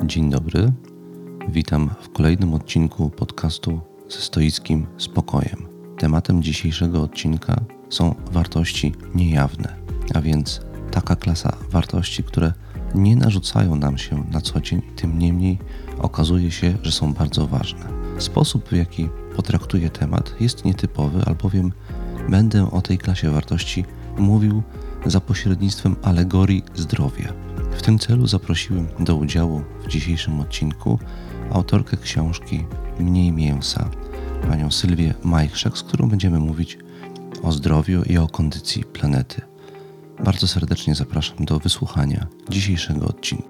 Dzień dobry, witam w kolejnym odcinku podcastu ze stoickim spokojem. Tematem dzisiejszego odcinka są wartości niejawne, a więc taka klasa wartości, które nie narzucają nam się na co dzień, tym niemniej okazuje się, że są bardzo ważne. Sposób, w jaki potraktuję temat, jest nietypowy, albowiem będę o tej klasie wartości mówił za pośrednictwem alegorii zdrowia. W tym celu zaprosiłem do udziału w dzisiejszym odcinku autorkę książki Mniej mięsa, panią Sylwię Majchrzak, z którą będziemy mówić o zdrowiu i o kondycji planety. Bardzo serdecznie zapraszam do wysłuchania dzisiejszego odcinka.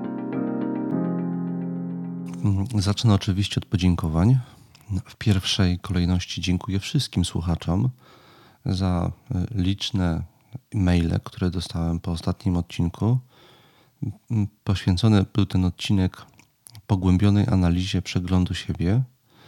Zacznę oczywiście od podziękowań. W pierwszej kolejności dziękuję wszystkim słuchaczom za liczne maile, które dostałem po ostatnim odcinku. Poświęcony był ten odcinek pogłębionej analizie przeglądu siebie.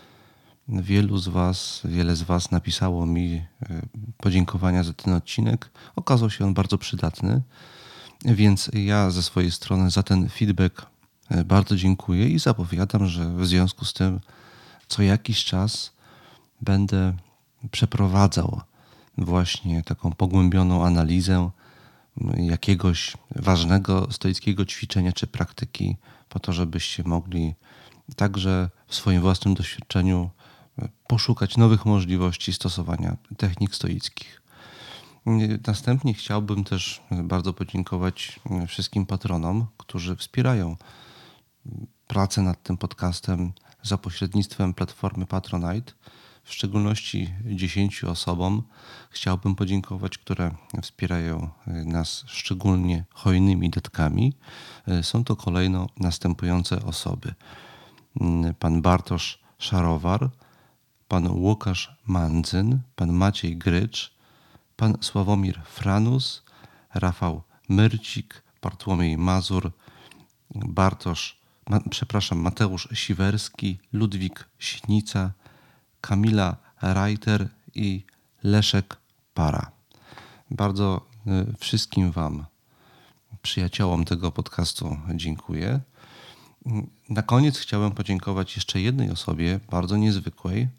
Wiele z Was napisało mi podziękowania za ten odcinek. Okazał się on bardzo przydatny, więc ja ze swojej strony za ten feedback bardzo dziękuję i zapowiadam, że w związku z tym co jakiś czas będę przeprowadzał właśnie taką pogłębioną analizę jakiegoś ważnego stoickiego ćwiczenia czy praktyki, po to, żebyście mogli także w swoim własnym doświadczeniu poszukać nowych możliwości stosowania technik stoickich. Następnie chciałbym też bardzo podziękować wszystkim patronom, którzy wspierają pracę nad tym podcastem za pośrednictwem platformy Patronite. W szczególności 10 osobom chciałbym podziękować, które wspierają nas szczególnie hojnymi datkami. Są to kolejno następujące osoby. Pan Bartosz Szarowar, pan Łukasz Mandzyn, pan Maciej Grycz, pan Sławomir Franus, Rafał Myrcik, Bartłomiej Mazur, Mateusz Siwerski, Ludwik Śnica, Kamila Reiter i Leszek Para. Bardzo wszystkim Wam, przyjaciołom tego podcastu, dziękuję. Na koniec chciałem podziękować jeszcze jednej osobie, bardzo niezwykłej,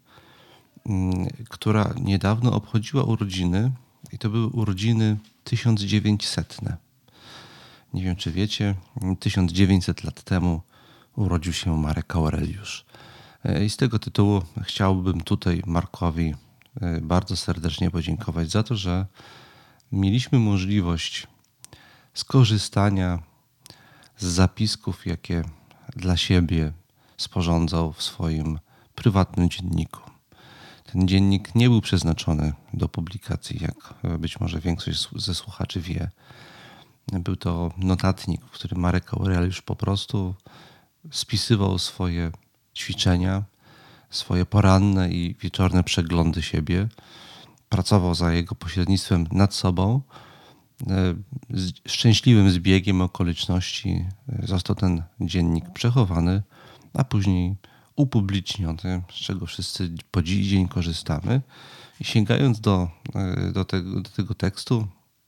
która niedawno obchodziła urodziny i to były urodziny 1900. Nie wiem, czy wiecie, 1900 lat temu urodził się Marek Aureliusz. I z tego tytułu chciałbym tutaj Markowi bardzo serdecznie podziękować za to, że mieliśmy możliwość skorzystania z zapisków, jakie dla siebie sporządzał w swoim prywatnym dzienniku. Ten dziennik nie był przeznaczony do publikacji, jak być może większość ze słuchaczy wie. Był to notatnik, w którym Marek Aureliusz po prostu spisywał swoje ćwiczenia, swoje poranne i wieczorne przeglądy siebie. Pracował za jego pośrednictwem nad sobą. Szczęśliwym zbiegiem okoliczności został ten dziennik przechowany, a później upubliczniony, z czego wszyscy po dziś dzień korzystamy. I sięgając do tego tekstu,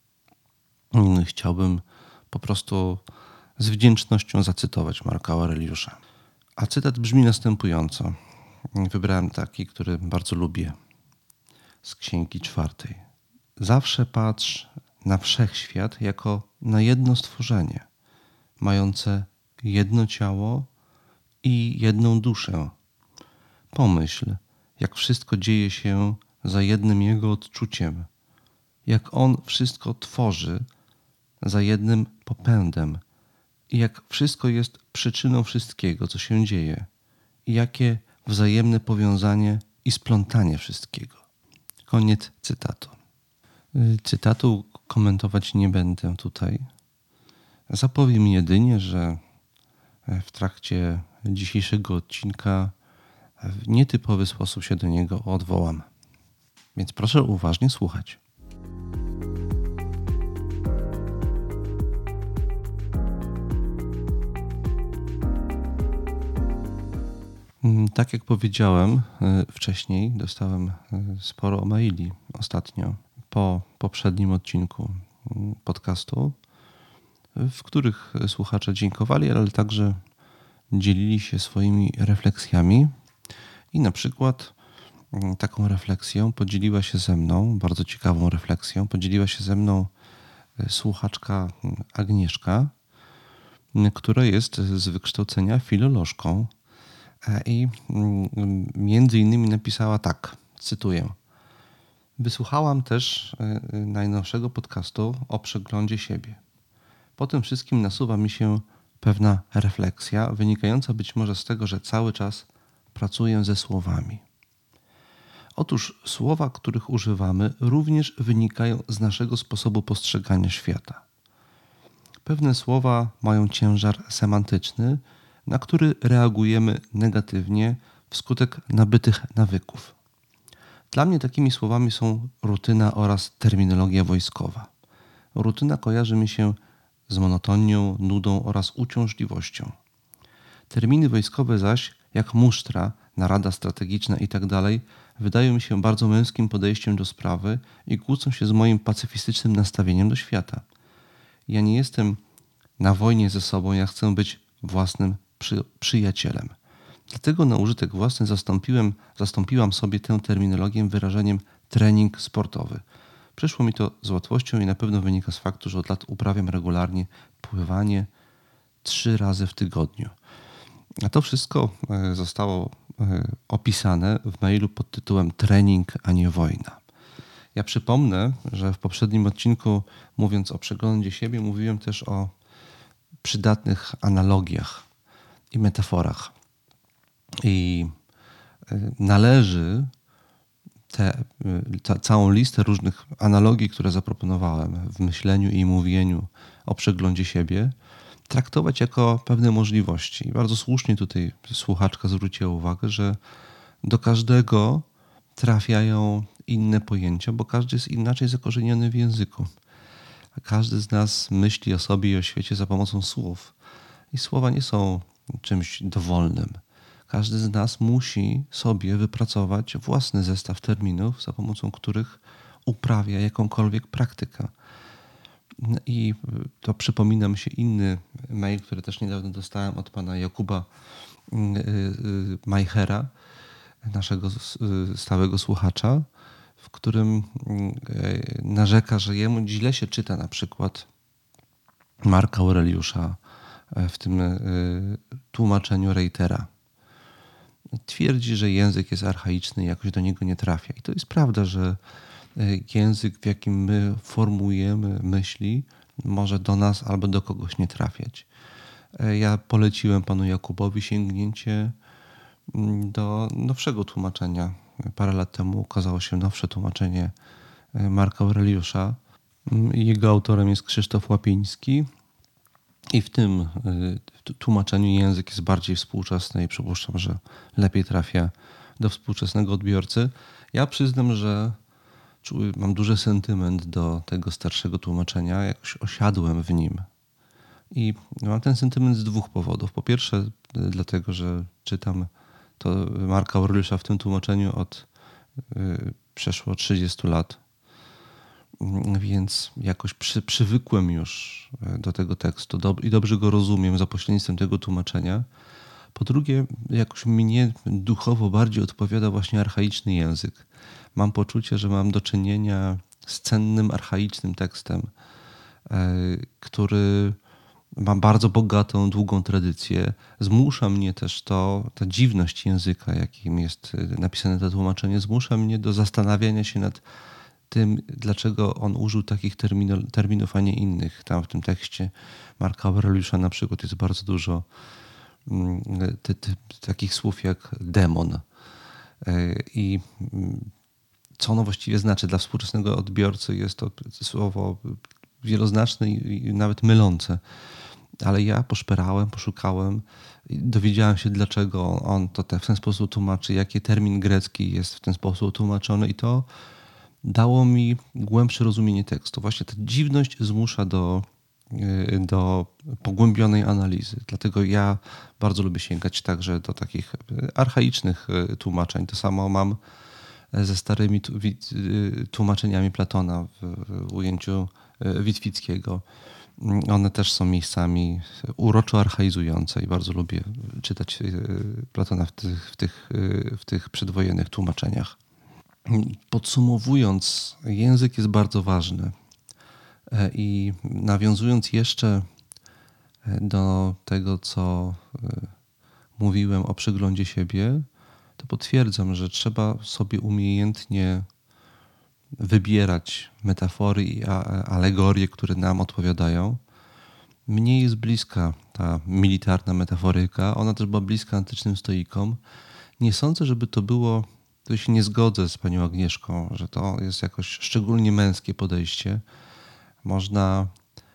chciałbym po prostu z wdzięcznością zacytować Marka Aureliusza. A cytat brzmi następująco. Wybrałem taki, który bardzo lubię, z Księgi 4. Zawsze patrz na wszechświat jako na jedno stworzenie, mające jedno ciało i jedną duszę. Pomyśl, jak wszystko dzieje się za jednym jego odczuciem, jak on wszystko tworzy za jednym popędem i jak wszystko jest przyczyną wszystkiego, co się dzieje i jakie wzajemne powiązanie i splątanie wszystkiego. Koniec cytatu. Cytatu komentować nie będę tutaj. Zapowiem jedynie, że w trakcie dzisiejszego odcinka w nietypowy sposób się do niego odwołam. Więc proszę uważnie słuchać. Tak jak powiedziałem wcześniej, dostałem sporo maili ostatnio po poprzednim odcinku podcastu, w których słuchacze dziękowali, ale także dzielili się swoimi refleksjami i na przykład taką refleksją podzieliła się ze mną, bardzo ciekawą refleksją, podzieliła się ze mną słuchaczka Agnieszka, która jest z wykształcenia filolożką i między innymi napisała tak, cytuję: wysłuchałam też najnowszego podcastu o przeglądzie siebie. Po tym wszystkim nasuwa mi się pewna refleksja, wynikająca być może z tego, że cały czas pracuję ze słowami. Otóż słowa, których używamy, również wynikają z naszego sposobu postrzegania świata. Pewne słowa mają ciężar semantyczny, na który reagujemy negatywnie wskutek nabytych nawyków. Dla mnie takimi słowami są rutyna oraz terminologia wojskowa. Rutyna kojarzy mi się z monotonią, nudą oraz uciążliwością. Terminy wojskowe zaś, jak musztra, narada strategiczna itd., wydają mi się bardzo męskim podejściem do sprawy i kłócą się z moim pacyfistycznym nastawieniem do świata. Ja nie jestem na wojnie ze sobą, ja chcę być własnym przyjacielem. Dlatego na użytek własny zastąpiłam sobie tę terminologię wyrażeniem trening sportowy. Przyszło mi to z łatwością i na pewno wynika z faktu, że od lat uprawiam regularnie pływanie 3 razy w tygodniu. A to wszystko zostało opisane w mailu pod tytułem Trening, a nie wojna. Ja przypomnę, że w poprzednim odcinku, mówiąc o przeglądzie siebie, mówiłem też o przydatnych analogiach i metaforach. I należy całą listę różnych analogii, które zaproponowałem w myśleniu i mówieniu o przeglądzie siebie, traktować jako pewne możliwości. I bardzo słusznie tutaj słuchaczka zwróciła uwagę, że do każdego trafiają inne pojęcia, bo każdy jest inaczej zakorzeniony w języku. A każdy z nas myśli o sobie i o świecie za pomocą słów. I słowa nie są czymś dowolnym. Każdy z nas musi sobie wypracować własny zestaw terminów, za pomocą których uprawia jakąkolwiek praktykę. I to przypomina mi się inny mail, który też niedawno dostałem od pana Jakuba Majchera, naszego stałego słuchacza, w którym narzeka, że jemu źle się czyta na przykład Marka Aureliusza w tym tłumaczeniu Reitera. Twierdzi, że język jest archaiczny i jakoś do niego nie trafia. I to jest prawda, że język, w jakim my formułujemy myśli, może do nas albo do kogoś nie trafiać. Ja poleciłem panu Jakubowi sięgnięcie do nowszego tłumaczenia. Parę lat temu ukazało się nowsze tłumaczenie Marka Aureliusza. Jego autorem jest Krzysztof Łapiński i w tym tłumaczeniu język jest bardziej współczesny i przypuszczam, że lepiej trafia do współczesnego odbiorcy. Ja przyznam, że mam duży sentyment do tego starszego tłumaczenia. Jakoś osiadłem w nim. I mam ten sentyment z 2 powodów. Po pierwsze, dlatego, że czytam to Marka Aureliusza w tym tłumaczeniu od przeszło 30 lat. Więc jakoś przywykłem już do tego tekstu i dobrze go rozumiem za pośrednictwem tego tłumaczenia. Po drugie, jakoś mnie duchowo bardziej odpowiada właśnie archaiczny język. Mam poczucie, że mam do czynienia z cennym, archaicznym tekstem, który ma bardzo bogatą, długą tradycję. Zmusza mnie też ta dziwność języka, jakim jest napisane to tłumaczenie, zmusza mnie do zastanawiania się nad tym, dlaczego on użył takich terminów, a nie innych. Tam w tym tekście Marka Aureliusza na przykład jest bardzo dużo takich słów jak demon. I co ono właściwie znaczy? Dla współczesnego odbiorcy jest to słowo wieloznaczne i nawet mylące. Ale ja poszperałem, poszukałem i dowiedziałem się, dlaczego on to w ten sposób tłumaczy, jaki termin grecki jest w ten sposób tłumaczony i to dało mi głębsze rozumienie tekstu. Właśnie ta dziwność zmusza do pogłębionej analizy. Dlatego ja bardzo lubię sięgać także do takich archaicznych tłumaczeń. To samo mam ze starymi tłumaczeniami Platona w ujęciu Witwickiego. One też są miejscami uroczo archaizujące i bardzo lubię czytać Platona w tych przedwojennych tłumaczeniach. Podsumowując, język jest bardzo ważny i nawiązując jeszcze do tego, co mówiłem o przeglądzie siebie, to potwierdzam, że trzeba sobie umiejętnie wybierać metafory i alegorie, które nam odpowiadają. Mnie jest bliska ta militarna metaforyka, ona też była bliska antycznym stoikom. Nie sądzę, żeby to było, tu się nie zgodzę z panią Agnieszką, że to jest jakoś szczególnie męskie podejście. Można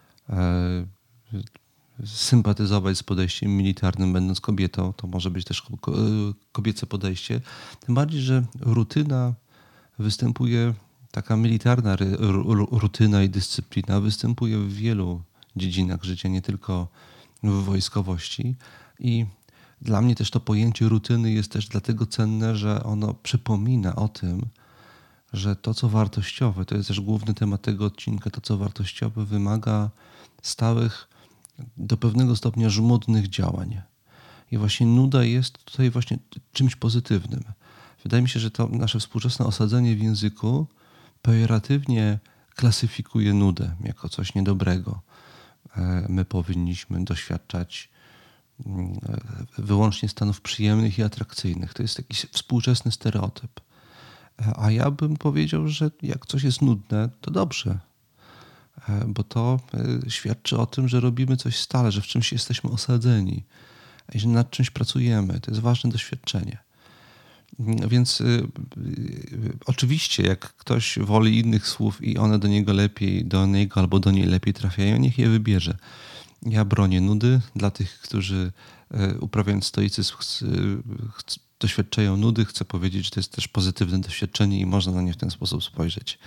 sympatyzować z podejściem militarnym, będąc kobietą, to może być też kobiece podejście. Tym bardziej, że rutyna występuje, taka militarna rutyna i dyscyplina występuje w wielu dziedzinach życia, nie tylko w wojskowości. I dla mnie też to pojęcie rutyny jest też dlatego cenne, że ono przypomina o tym, że to, co wartościowe, to jest też główny temat tego odcinka, to, co wartościowe wymaga stałych, do pewnego stopnia żmudnych działań. I właśnie nuda jest tutaj właśnie czymś pozytywnym. Wydaje mi się, że to nasze współczesne osadzenie w języku pejoratywnie klasyfikuje nudę jako coś niedobrego. My powinniśmy doświadczać wyłącznie stanów przyjemnych i atrakcyjnych. To jest jakiś współczesny stereotyp. A ja bym powiedział, że jak coś jest nudne, to dobrze. Bo to świadczy o tym, że robimy coś stale, że w czymś jesteśmy osadzeni i że nad czymś pracujemy. To jest ważne doświadczenie. Więc oczywiście, jak ktoś woli innych słów i one do niego lepiej, do niego albo do niej lepiej trafiają, niech je wybierze. Ja bronię nudy dla tych, którzy uprawiając stoicyzm doświadczają nudy. Chcę powiedzieć, że to jest też pozytywne doświadczenie i można na nie w ten sposób spojrzeć.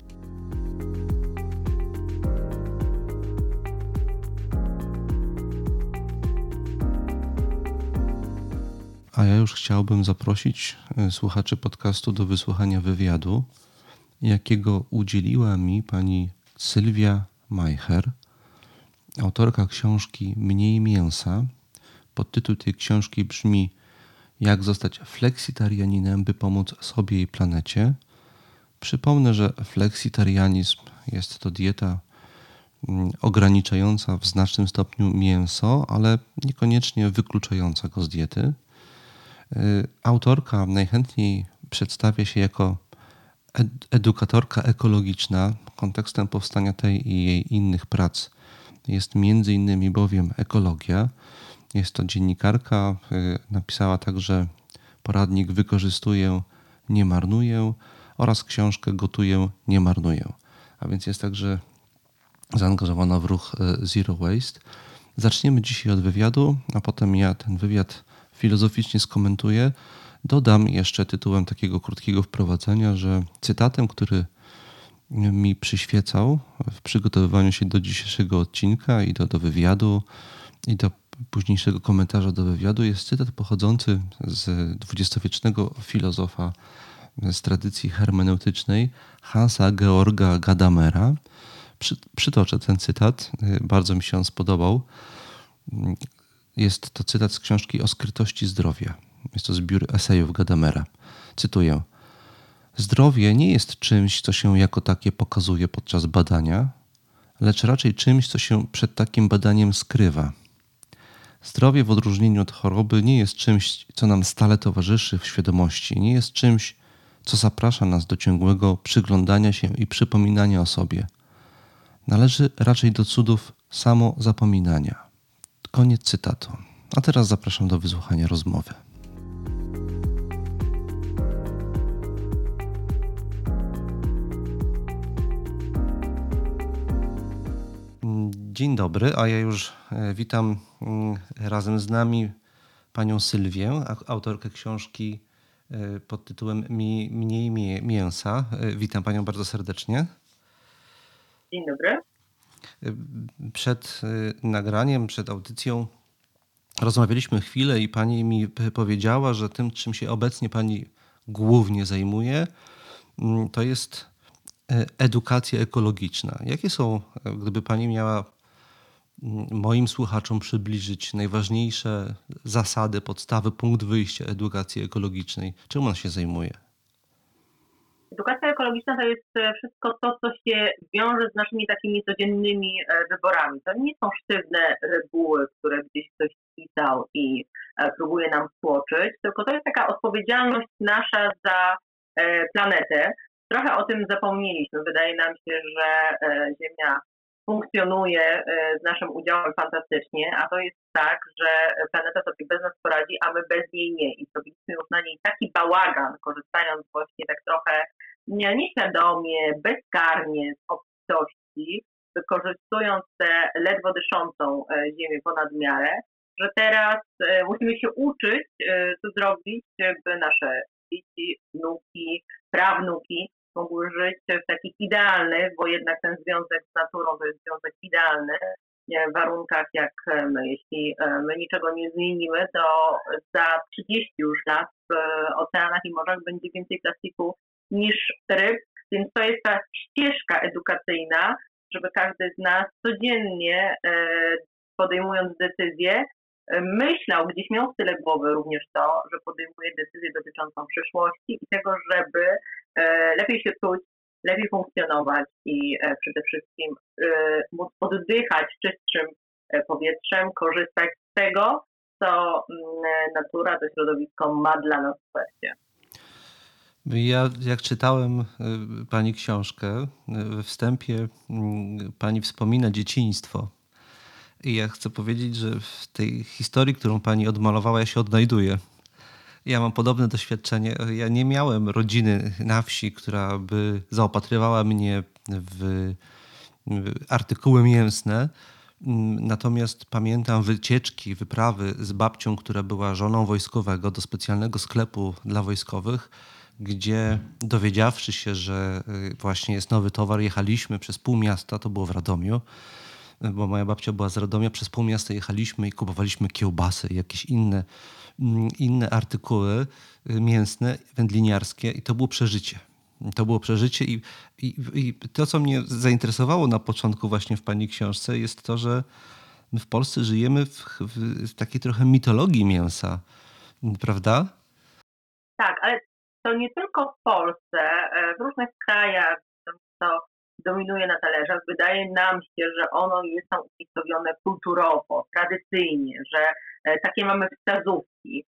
A ja już chciałbym zaprosić słuchaczy podcastu do wysłuchania wywiadu, jakiego udzieliła mi pani Sylwia Majcher, autorka książki Mniej mięsa. Podtytuł tej książki brzmi: Jak zostać fleksitarianinem, by pomóc sobie i planecie. Przypomnę, że fleksitarianizm jest to dieta ograniczająca w znacznym stopniu mięso, ale niekoniecznie wykluczająca go z diety. Autorka najchętniej przedstawia się jako edukatorka ekologiczna. Kontekstem powstania tej i jej innych prac jest między innymi bowiem ekologia. Jest to dziennikarka, napisała także poradnik Wykorzystuję, nie marnuję oraz książkę Gotuję, nie marnuję. A więc jest także zaangażowana w ruch Zero Waste. Zaczniemy dzisiaj od wywiadu, a potem ja ten wywiad filozoficznie skomentuję. Dodam jeszcze tytułem takiego krótkiego wprowadzenia, że cytatem, który mi przyświecał w przygotowywaniu się do dzisiejszego odcinka i do wywiadu i do późniejszego komentarza do wywiadu jest cytat pochodzący z dwudziestowiecznego filozofa z tradycji hermeneutycznej Hansa Georga Gadamera. Przytoczę ten cytat, bardzo mi się on spodobał. Jest to cytat z książki O skrytości zdrowia. Jest to zbiór esejów Gadamera. Cytuję: zdrowie nie jest czymś, co się jako takie pokazuje podczas badania, lecz raczej czymś, co się przed takim badaniem skrywa. Zdrowie w odróżnieniu od choroby nie jest czymś, co nam stale towarzyszy w świadomości, nie jest czymś, co zaprasza nas do ciągłego przyglądania się i przypominania o sobie. Należy raczej do cudów samozapominania. Koniec cytatu. A teraz zapraszam do wysłuchania rozmowy. Dzień dobry, a ja już witam razem z nami panią Sylwię, autorkę książki pod tytułem Mniej mięsa. Witam panią bardzo serdecznie. Dzień dobry. Przed nagraniem, przed audycją rozmawialiśmy chwilę i pani mi powiedziała, że tym, czym się obecnie pani głównie zajmuje, to jest edukacja ekologiczna. Jakie są, gdyby pani miała moim słuchaczom przybliżyć najważniejsze zasady, podstawy, punkt wyjścia edukacji ekologicznej? Czym ona się zajmuje? Edukacja ekologiczna to jest wszystko to, co się wiąże z naszymi takimi codziennymi wyborami. To nie są sztywne reguły, które gdzieś ktoś pisał i próbuje nam wtłoczyć, tylko to jest taka odpowiedzialność nasza za planetę. Trochę o tym zapomnieliśmy. Wydaje nam się, że Ziemia funkcjonuje z naszym udziałem fantastycznie, a to jest tak, że planeta sobie bez nas poradzi, a my bez niej nie. I zrobiliśmy już na niej taki bałagan, korzystając właśnie tak trochę nieświadomie, bezkarnie z obfitości, wykorzystując tę ledwo dyszącą ziemię ponad miarę, że teraz musimy się uczyć, co zrobić, by nasze dzieci, wnuki, prawnuki mogły żyć w takich idealnych, bo jednak ten związek z naturą to jest związek idealny, warunkach jak my. Jeśli my niczego nie zmienimy, to za 30 już lat w oceanach i morzach będzie więcej plastiku niż ryb, więc to jest ta ścieżka edukacyjna, żeby każdy z nas codziennie podejmując decyzję, myślał, gdzieś miał w tyle głowy również to, że podejmuje decyzję dotyczącą przyszłości i tego, żeby lepiej się czuć, lepiej funkcjonować i przede wszystkim móc oddychać czystszym powietrzem, korzystać z tego, co natura, to środowisko ma dla nas w kwestii. Ja, jak czytałem pani książkę, we wstępie pani wspomina dzieciństwo. I ja chcę powiedzieć, że w tej historii, którą pani odmalowała, ja się odnajduję. Ja mam podobne doświadczenie. Ja nie miałem rodziny na wsi, która by zaopatrywała mnie w artykuły mięsne. Natomiast pamiętam wycieczki, wyprawy z babcią, która była żoną wojskowego, do specjalnego sklepu dla wojskowych, gdzie dowiedziawszy się, że właśnie jest nowy towar, jechaliśmy przez pół miasta, to było w Radomiu, bo moja babcia była z Radomia, przez pół miasta jechaliśmy i kupowaliśmy kiełbasy i jakieś inne artykuły mięsne, wędliniarskie i to było przeżycie. To było przeżycie i to, co mnie zainteresowało na początku właśnie w pani książce, jest to, że my w Polsce żyjemy w takiej trochę mitologii mięsa, prawda? Tak, ale to nie tylko w Polsce, w różnych krajach to dominuje na talerzach. Wydaje nam się, że ono jest tam umiejscowione kulturowo, tradycyjnie, że takie mamy wskazówki,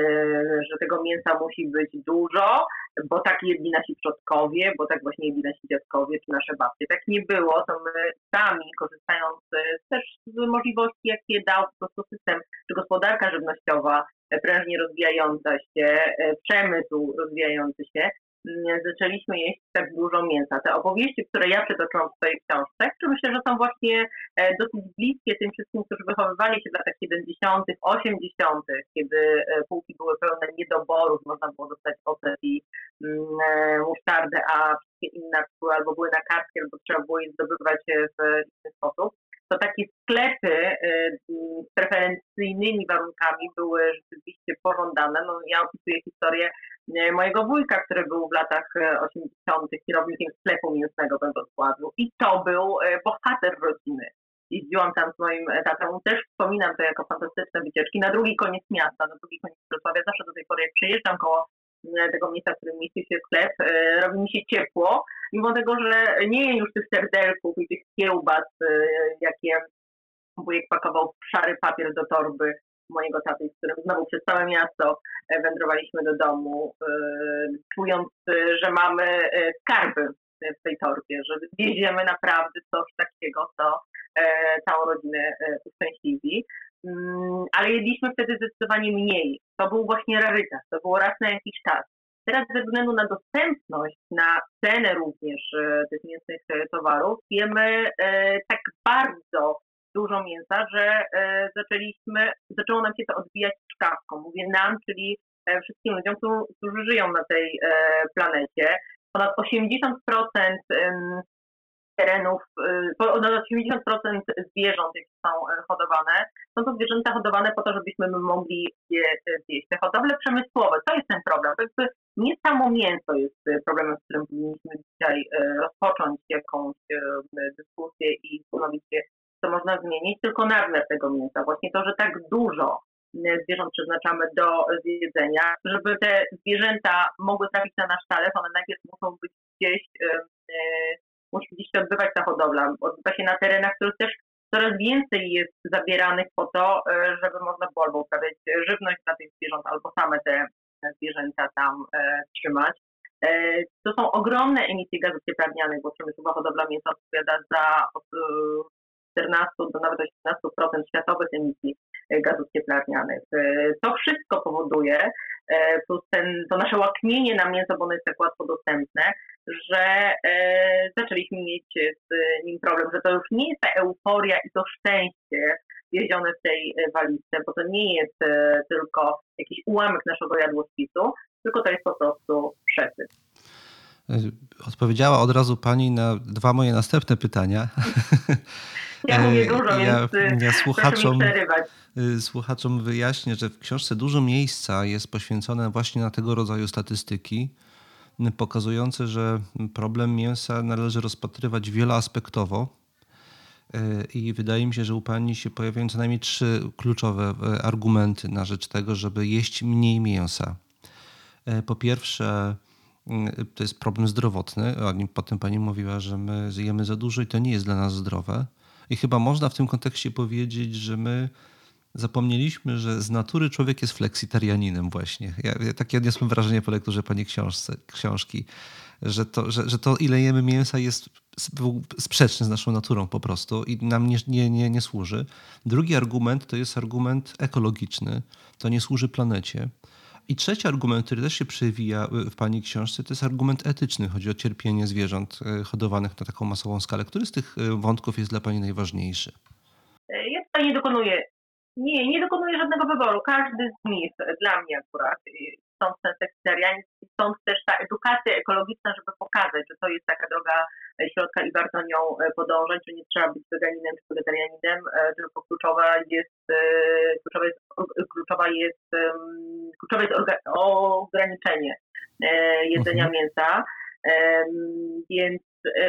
że tego mięsa musi być dużo, bo tak jedli nasi przodkowie, bo tak właśnie jedli nasi dziadkowie czy nasze babcie. Tak nie było, to my sami, korzystając też z możliwości, jakie dał po prostu system, czy gospodarka żywnościowa, prężnie rozwijająca się, przemysł rozwijający się, zaczęliśmy jeść tak dużo mięsa. Te opowieści, które ja przytoczyłam w swojej książce, które myślę, że są właśnie dosyć bliskie tym wszystkim, którzy wychowywali się w latach 70., 80., kiedy półki były pełne niedoborów, można było dostać ocet i musztardę, a wszystkie inne artykuły albo były na kartce, albo trzeba było je zdobywać w inny sposób. To takie sklepy z preferencyjnymi warunkami były rzeczywiście pożądane. No, ja opisuję historię mojego wujka, który był w latach 80. kierownikiem sklepu mięsnego Węgorskładu i to był bohater rodziny. Jeździłam tam z moim tatą, też wspominam to jako fantastyczne wycieczki na drugi koniec miasta, na drugi koniec Wrocławia. Zawsze do tej pory, jak przejeżdżam koło tego miejsca, w którym mieści się sklep, robi mi się ciepło, mimo tego, że nie jem już tych serdelków i tych kiełbas, jakie wujek pakował w szary papier do torby mojego taty, z którym znowu przez całe miasto wędrowaliśmy do domu, czując, że mamy skarby w tej torbie, że wieziemy naprawdę coś takiego, co całą rodzinę uszczęśliwi. Ale jedliśmy wtedy zdecydowanie mniej. To był właśnie rarytas, to było raz na jakiś czas. Teraz ze względu na dostępność, na cenę również tych mięsnych towarów, jemy tak bardzo dużo mięsa, że zaczęło nam się to odbijać czkawką. Mówię nam, czyli wszystkim ludziom, którzy żyją na tej planecie. Ponad 80% terenów, ponad 80% zwierząt, jakie są hodowane, są to zwierzęta hodowane po to, żebyśmy mogli je zjeść. Te hodowle przemysłowe, to jest ten problem. To jest nie samo mięso jest problemem, z którym powinniśmy dzisiaj rozpocząć jakąś dyskusję i zastanowić się, co można zmienić, tylko nadmiar tego mięsa. Właśnie to, że tak dużo zwierząt przeznaczamy do zjedzenia, żeby te zwierzęta mogły trafić na nasz talerz, one najpierw muszą być gdzieś, musi gdzieś się odbywać ta hodowla. Odbywa się na terenach, których też coraz więcej jest zabieranych po to, żeby można było albo uprawiać żywność dla tych zwierząt, albo same te zwierzęta tam trzymać. To są ogromne emisje gazów cieplarnianych, bo przemysłowa hodowla mięsa odpowiada za od 14 do nawet 18% światowych emisji gazów cieplarnianych. To wszystko powoduje, plus to nasze łaknienie na mięso, bo ono jest tak łatwo dostępne, że zaczęliśmy mieć z nim problem, że to już nie jest ta euforia i to szczęście wiezione w tej walizce, bo to nie jest tylko jakiś ułamek naszego jadłospisu, tylko to jest po prostu przesyt. Odpowiedziała od razu pani na 2 moje następne pytania. Ja mówię dużo, więc ja mi przerywać. Słuchaczom wyjaśnię, że w książce dużo miejsca jest poświęcone właśnie na tego rodzaju statystyki, pokazujące, że problem mięsa należy rozpatrywać wieloaspektowo. I wydaje mi się, że u pani się pojawiają co najmniej 3 kluczowe argumenty na rzecz tego, żeby jeść mniej mięsa. Po pierwsze, to jest problem zdrowotny. Potem pani mówiła, że my zjemy za dużo i to nie jest dla nas zdrowe. I chyba można w tym kontekście powiedzieć, że my zapomnieliśmy, że z natury człowiek jest fleksitarianinem właśnie. Ja takie odniosłem wrażenie po lekturze pani książki, że to ile jemy mięsa jest sprzeczne z naszą naturą po prostu i nam nie służy. Drugi argument to jest argument ekologiczny. To nie służy planecie. I trzeci argument, który też się przewija w pani książce, to jest argument etyczny. Chodzi o cierpienie zwierząt hodowanych na taką masową skalę. Który z tych wątków jest dla pani najważniejszy? Ja tutaj nie dokonuję żadnego wyboru. Każdy z nich dla mnie akurat stąd ten sekretariat, stąd też ta edukacja ekologiczna, żeby pokazać, że to jest taka droga środka i warto nią podążać, że nie trzeba być weganinem czy wegetarianinem, tylko kluczowe jest ograniczenie jedzenia mięsa. Więc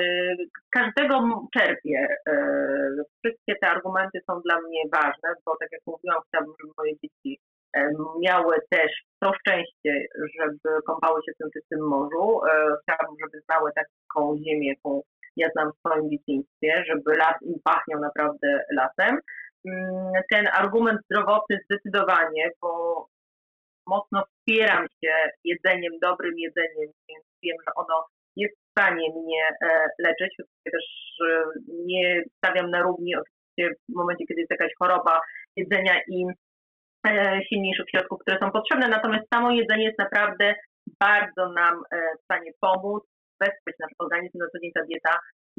każdego czerpię. Wszystkie te argumenty są dla mnie ważne, bo tak jak mówiłam, chciałabym, żeby moje dzieci miały też to szczęście, żeby kąpały się w tym czystym morzu. Chciałabym, żeby znały taką ziemię, jaką ja znam w swoim dzieciństwie, żeby las im pachniał naprawdę lasem. Ten argument zdrowotny zdecydowanie, bo mocno wspieram się jedzeniem, dobrym jedzeniem, więc wiem, że ono jest w stanie mnie leczyć. Też nie stawiam na równi oczywiście w momencie, kiedy jest jakaś choroba jedzenia i silniejszych środków, które są potrzebne, natomiast samo jedzenie jest naprawdę bardzo nam w stanie pomóc, wesprzeć nasz organizm. Na co dzień ta dieta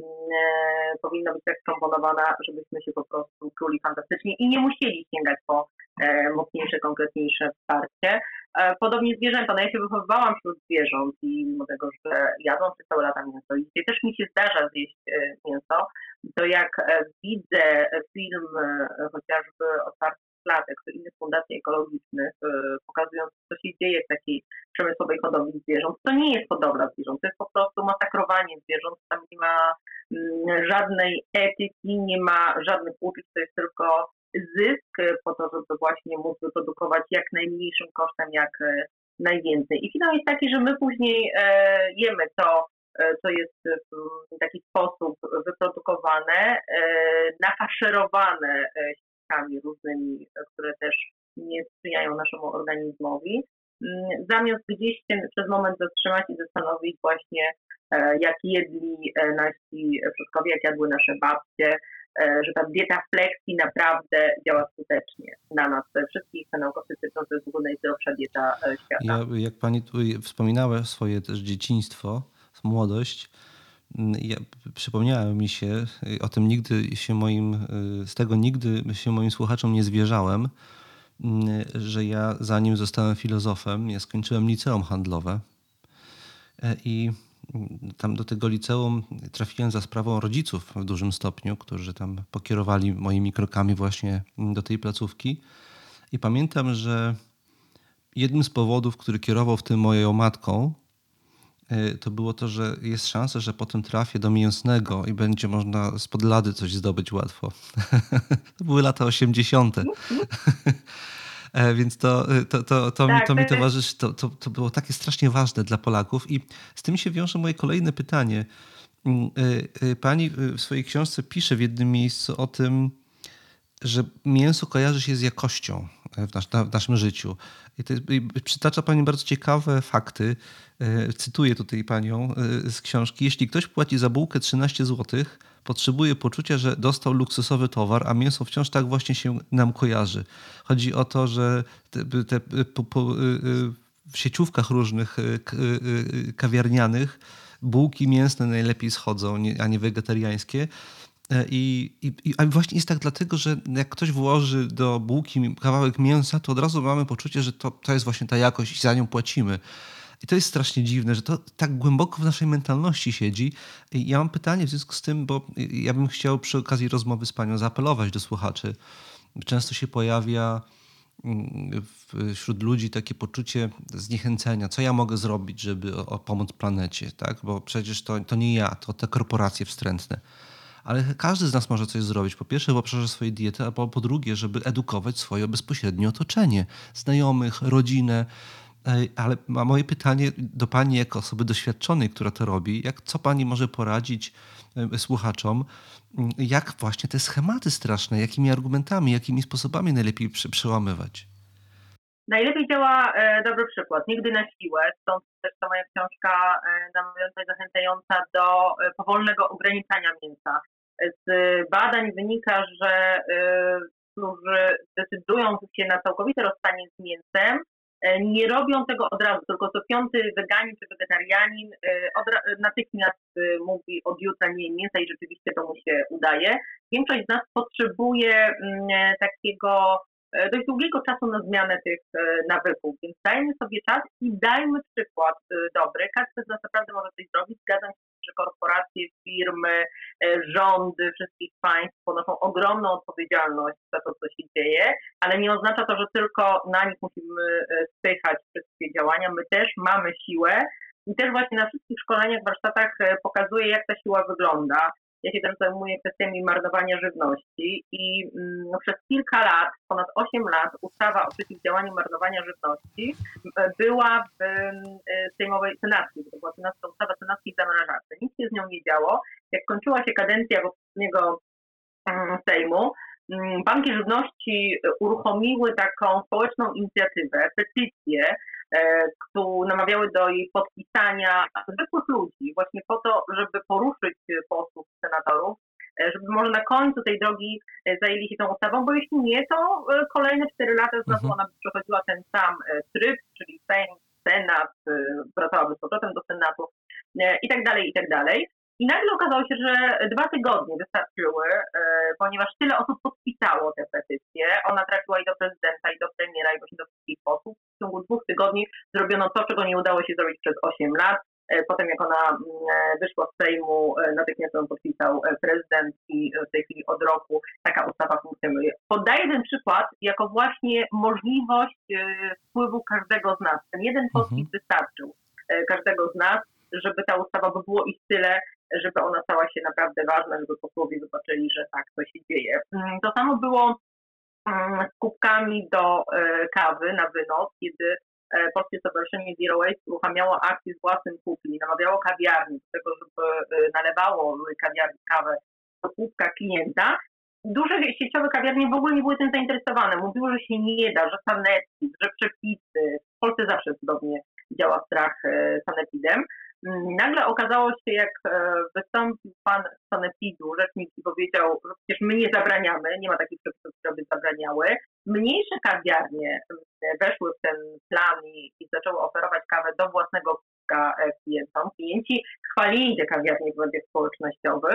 powinna być tak skomponowana, żebyśmy się po prostu czuli fantastycznie i nie musieli sięgać po mocniejsze, konkretniejsze wsparcie. Podobnie zwierzęta. Ja się wychowywałam wśród zwierząt i mimo tego, że jadłam przez całe lata mięso i dzisiaj też mi się zdarza zjeść mięso, to jak widzę film chociażby Otwartych Klatek czy innych fundacji ekologicznych pokazując, co się dzieje w takiej przemysłowej hodowli zwierząt, to nie jest hodowla zwierząt, to jest po prostu masakrowanie zwierząt, tam nie ma żadnej etyki, nie ma żadnych uczuć, to jest tylko zysk po to, żeby właśnie móc wyprodukować jak najmniejszym kosztem, jak najwięcej. I finał jest taki, że my później jemy to, co jest w taki sposób wyprodukowane, nafaszerowane środkami różnymi, które też nie sprzyjają naszemu organizmowi, zamiast gdzieś się przez moment zatrzymać i zastanowić właśnie, jak jedli nasi przodkowie, jak jadły nasze babcie, że ta dieta flexi naprawdę działa skutecznie na nas wszystkich. Naukowcy twierdzą, że to jest w ogóle najzdrowsza dieta świata. Jak pani tu wspominała swoje też dzieciństwo, młodość, przypomniało mi się, z tego nigdy się moim słuchaczom nie zwierzałem, że ja zanim zostałem filozofem, ja skończyłem liceum handlowe i tam do tego liceum trafiłem za sprawą rodziców w dużym stopniu, którzy tam pokierowali moimi krokami właśnie do tej placówki. I pamiętam, że jednym z powodów, który kierował w tym moją matką, to było to, że jest szansa, że potem trafię do mięsnego i będzie można spod lady coś zdobyć łatwo. To były lata 80. Mhm. Więc to Tak, mi towarzyszy, to było takie strasznie ważne dla Polaków i z tym się wiąże moje kolejne pytanie. Pani w swojej książce pisze w jednym miejscu o tym, że mięso kojarzy się z jakością w naszym życiu. I przytacza Pani bardzo ciekawe fakty. Cytuję tutaj Panią z książki. Jeśli ktoś płaci za bułkę 13 zł, potrzebuje poczucia, że dostał luksusowy towar, a mięso wciąż tak właśnie się nam kojarzy. Chodzi o to, że w sieciówkach różnych kawiarnianych bułki mięsne najlepiej schodzą, a nie wegetariańskie. A właśnie jest tak dlatego, że jak ktoś włoży do bułki kawałek mięsa, to od razu mamy poczucie, że to jest właśnie ta jakość i za nią płacimy. I to jest strasznie dziwne, że to tak głęboko w naszej mentalności siedzi. I ja mam pytanie w związku z tym, bo ja bym chciał przy okazji rozmowy z panią zaapelować do słuchaczy. Często się pojawia wśród ludzi takie poczucie zniechęcenia. Co ja mogę zrobić, żeby pomóc planecie, tak? Bo przecież to nie ja, to te korporacje wstrętne. Ale każdy z nas może coś zrobić. Po pierwsze w obszarze swojej diety, a po drugie, żeby edukować swoje bezpośrednie otoczenie, znajomych, rodzinę. Ale moje pytanie do Pani jako osoby doświadczonej, która to robi, co Pani może poradzić słuchaczom, jak właśnie te schematy straszne, jakimi argumentami, jakimi sposobami najlepiej przełamywać? najlepiej działa dobry przykład, nigdy na siłę, stąd też ta moja książka namawiająca i zachęcająca do powolnego ograniczania mięsa. Z badań wynika, że którzy decydują się na całkowite rozstanie z mięsem, nie robią tego od razu, tylko co piąty weganin czy wegetarianin natychmiast mówi od jutra nie jem mięsa i rzeczywiście to mu się udaje. Większość z nas potrzebuje takiego dość długiego czasu na zmianę tych nawyków, więc dajmy sobie czas i dajmy przykład dobry. Każdy z nas naprawdę może coś zrobić. Zgadzam się, że korporacje, firmy, rządy wszystkich państw ponoszą ogromną odpowiedzialność za to, co się dzieje, ale nie oznacza to, że tylko na nich musimy spychać wszystkie działania. My też mamy siłę i też właśnie na wszystkich szkoleniach, warsztatach pokazuję, jak ta siła wygląda. Ja się też zajmuję kwestiami marnowania żywności i przez kilka lat, ponad 8 lat, ustawa o przeciwdziałaniu marnowania żywności była w sejmowej senackiej, to była ustawa senackiej w zamrażarce. Nic się z nią nie działo. Jak kończyła się kadencja poprzedniego Sejmu, banki żywności uruchomiły taką społeczną inicjatywę, petycję, które namawiały do jej podpisania zwykłych ludzi, właśnie po to, żeby poruszyć posłów, senatorów, żeby może na końcu tej drogi zajęli się tą ustawą, bo jeśli nie, to kolejne 4 lata znowu ona by przechodziła ten sam tryb, czyli Sejm, Senat, wracałaby z powrotem do Senatu i tak dalej, i tak dalej. I nagle okazało się, że 2 tygodnie wystarczyły, ponieważ tyle osób podpisało tę petycję. Ona trafiła i do prezydenta, i do premiera, i właśnie do wszystkich posłów. W ciągu 2 tygodni zrobiono to, czego nie udało się zrobić przez 8 lat. Potem jak ona wyszła z Sejmu, natychmiast ją podpisał prezydent i w tej chwili od roku taka ustawa funkcjonuje. Podaję ten przykład jako właśnie możliwość wpływu każdego z nas. Ten jeden podpis wystarczył każdego z nas, żeby ta ustawa, by było ich tyle, żeby ona stała się naprawdę ważna, żeby posłowie zobaczyli, że tak, to się dzieje. To samo było z kubkami do kawy na wynos, kiedy Polskie Stowarzyszenie Zero Waste uruchamiało akcję z własnym kubli, namawiało kawiarni do tego, żeby nalewało kawiarni kawę do kubka klienta. Duże sieciowe kawiarnie w ogóle nie były tym zainteresowane. Mówiły, że się nie da, że sanepid, że przepisy. W Polsce zawsze cudownie działa strach sanepidem. Nagle okazało się, jak wystąpił pan sanepidu, rzecznik, i powiedział, że przecież my nie zabraniamy, nie ma takich przepisów, które by zabraniały. Mniejsze kawiarnie weszły w ten plan i zaczęły oferować kawę do własnego kubka klientom. Klienci chwalili te kawiarnie w mediach społecznościowych.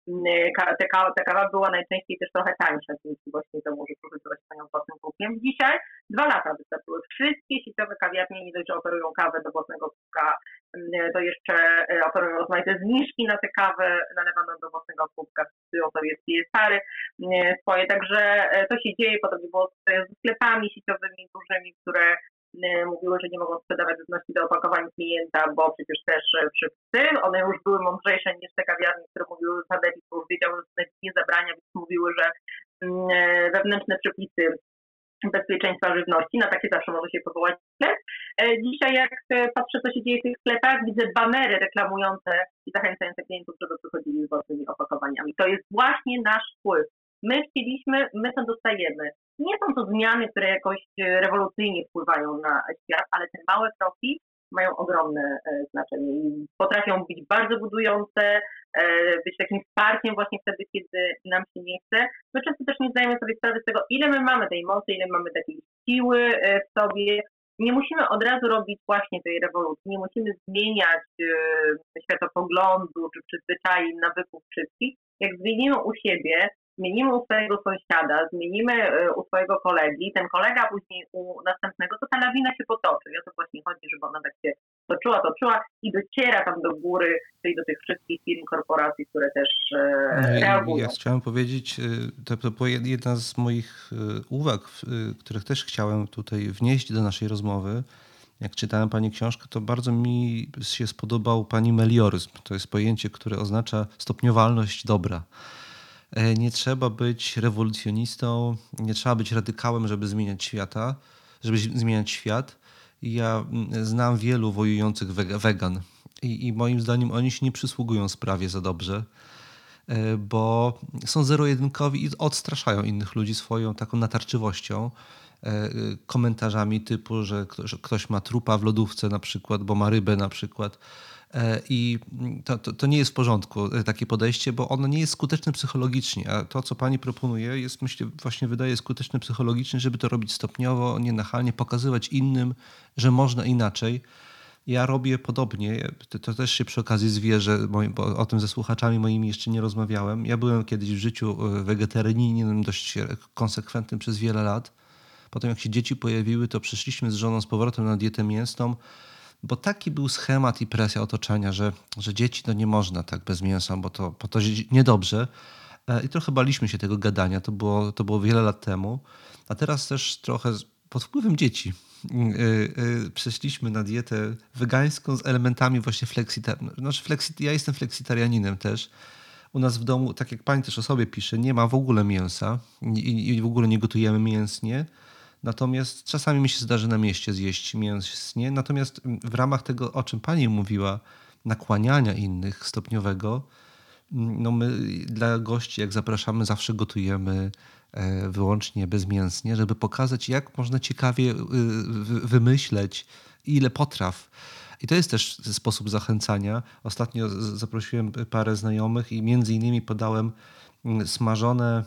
Ta kawa była najczęściej też trochę tańsza, dzięki właśnie temu, że pożyczyła się panią własnym kubkiem. Dzisiaj 2 lata wystarczyły. Wszystkie sieciowe kawiarnie nie dość, że oferują kawę do własnego kubka, to jeszcze oferują rozmaite zniżki na tę kawę nalewaną do własnego kubka, wpisują sobie CSR swoje, także to się dzieje, podobnie było z sklepami sieciowymi dużymi, które mówiły, że nie mogą sprzedawać żywności do opakowań klienta, bo przecież też przepisy, one już były mądrzejsze niż te kawiarnie, które mówiły, że Sanepid już wiedział, że Sanepid nie zabrania, więc mówiły, że wewnętrzne przepisy bezpieczeństwa żywności, na takie zawsze może się powołać sklep. Dzisiaj jak patrzę, co się dzieje w tych sklepach, widzę banery reklamujące i zachęcające klientów, żeby przychodzili z własnymi opakowaniami. To jest właśnie nasz wpływ. My chcieliśmy, my to dostajemy. Nie są to zmiany, które jakoś rewolucyjnie wpływają na świat, ale te małe kroki mają ogromne znaczenie i potrafią być bardzo budujące, być takim wsparciem właśnie wtedy, kiedy nam się nie chce. My często też nie zdajemy sobie sprawy z tego, ile my mamy tej mocy, ile mamy takiej siły w sobie. Nie musimy od razu robić właśnie tej rewolucji, nie musimy zmieniać światopoglądu czy przyzwyczajeń, nawyków wszystkich. Jak zmienimy u siebie, zmienimy u swojego sąsiada, zmienimy u swojego kolegi, ten kolega później u następnego, to ta lawina się potoczy. I o to właśnie chodzi, żeby ona tak się toczyła i dociera tam do góry, czyli do tych wszystkich firm, korporacji, które też reagują. Ja chciałem powiedzieć, to była jedna z moich uwag, których też chciałem tutaj wnieść do naszej rozmowy. Jak czytałem Pani książkę, to bardzo mi się spodobał Pani melioryzm. To jest pojęcie, które oznacza stopniowalność dobra. Nie trzeba być rewolucjonistą, nie trzeba być radykałem, żeby zmieniać świata, żeby zmieniać świat. Ja znam wielu wojujących wegan i moim zdaniem oni się nie przysługują sprawie za dobrze, bo są zero-jedynkowi i odstraszają innych ludzi swoją taką natarczywością, komentarzami typu, że ktoś ma trupa w lodówce na przykład, bo ma rybę na przykład. I to nie jest w porządku, takie podejście, bo ono nie jest skuteczne psychologicznie, a to, co pani proponuje, jest, myślę, właśnie wydaje skuteczne psychologicznie, żeby to robić stopniowo, nienachalnie, pokazywać innym, że można inaczej. Ja robię podobnie, to też się przy okazji zwierzę, bo o tym ze słuchaczami moimi jeszcze nie rozmawiałem. Ja byłem kiedyś w życiu wegetarianinem dość konsekwentnym przez wiele lat. Potem jak się dzieci pojawiły, to przeszliśmy z żoną z powrotem na dietę mięsną, bo taki był schemat i presja otoczenia, że dzieci to nie można tak bez mięsa, bo to niedobrze. I trochę baliśmy się tego gadania, to było wiele lat temu. A teraz też trochę pod wpływem dzieci przeszliśmy na dietę wegańską z elementami właśnie ja jestem fleksitarianinem też. U nas w domu, tak jak pani też o sobie pisze, nie ma w ogóle mięsa i w ogóle nie gotujemy mięsnie. Natomiast czasami mi się zdarzy na mieście zjeść mięsnie. Natomiast w ramach tego, o czym pani mówiła, nakłaniania innych stopniowego, no my dla gości, jak zapraszamy, zawsze gotujemy wyłącznie bezmięsnie, żeby pokazać, jak można ciekawie wymyśleć, ile potraw. I to jest też sposób zachęcania. Ostatnio zaprosiłem parę znajomych i między innymi podałem smażone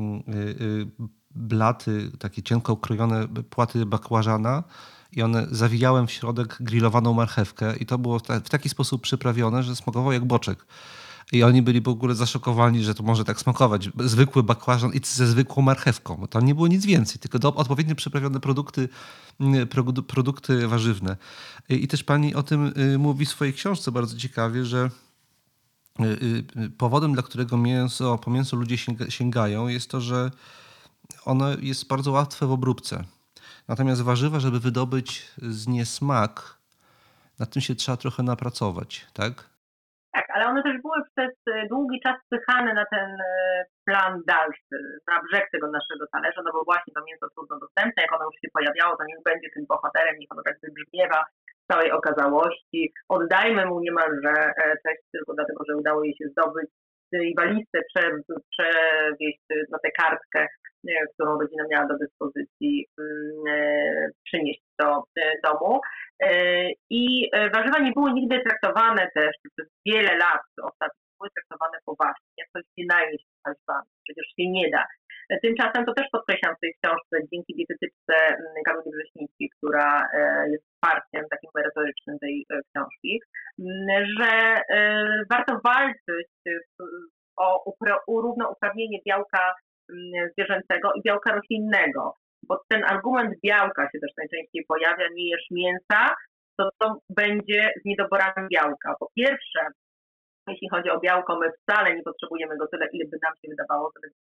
blaty, takie cienko ukrojone płaty bakłażana i one zawijałem w środek grillowaną marchewkę i to było w taki sposób przyprawione, że smakowało jak boczek. I oni byli w ogóle zaszokowani, że to może tak smakować. Zwykły bakłażan i ze zwykłą marchewką. Bo tam nie było nic więcej, tylko odpowiednio przyprawione produkty warzywne. I też pani o tym mówi w swojej książce bardzo ciekawie, że powodem, dla którego po mięso ludzie sięgają, jest to, że ono jest bardzo łatwe w obróbce. Natomiast warzywa, żeby wydobyć z nie smak, nad tym się trzeba trochę napracować, tak? Tak, ale one też były przez długi czas spychane na ten plan dalszy, na brzeg tego naszego talerza, no bo właśnie to mięso trudno dostępne, jak ono już się pojawiało, to niech będzie tym bohaterem, niech ono tak wybrzmiewa w całej okazałości. Oddajmy mu niemalże cześć tylko dlatego, że udało jej się zdobyć i walizce przewieźć na tę kartkę, którą rodzina miała do dyspozycji, przynieść do domu. I warzywa nie były nigdy traktowane też przez wiele lat ostatnio, były traktowane poważnie, jak coś się najeść warzywami, przecież się nie da. Tymczasem, to też podkreślam w tej książce, dzięki dietetyczce Kamili Brzeźnickiej, która jest wsparciem takim merytorycznym tej książki, że warto walczyć o równouprawnienie białka zwierzęcego i białka roślinnego, bo ten argument białka się też najczęściej pojawia, nie jesz mięsa, to będzie z niedoborami białka. Po pierwsze, jeśli chodzi o białko, my wcale nie potrzebujemy go tyle, ile by nam się wydawało, żeby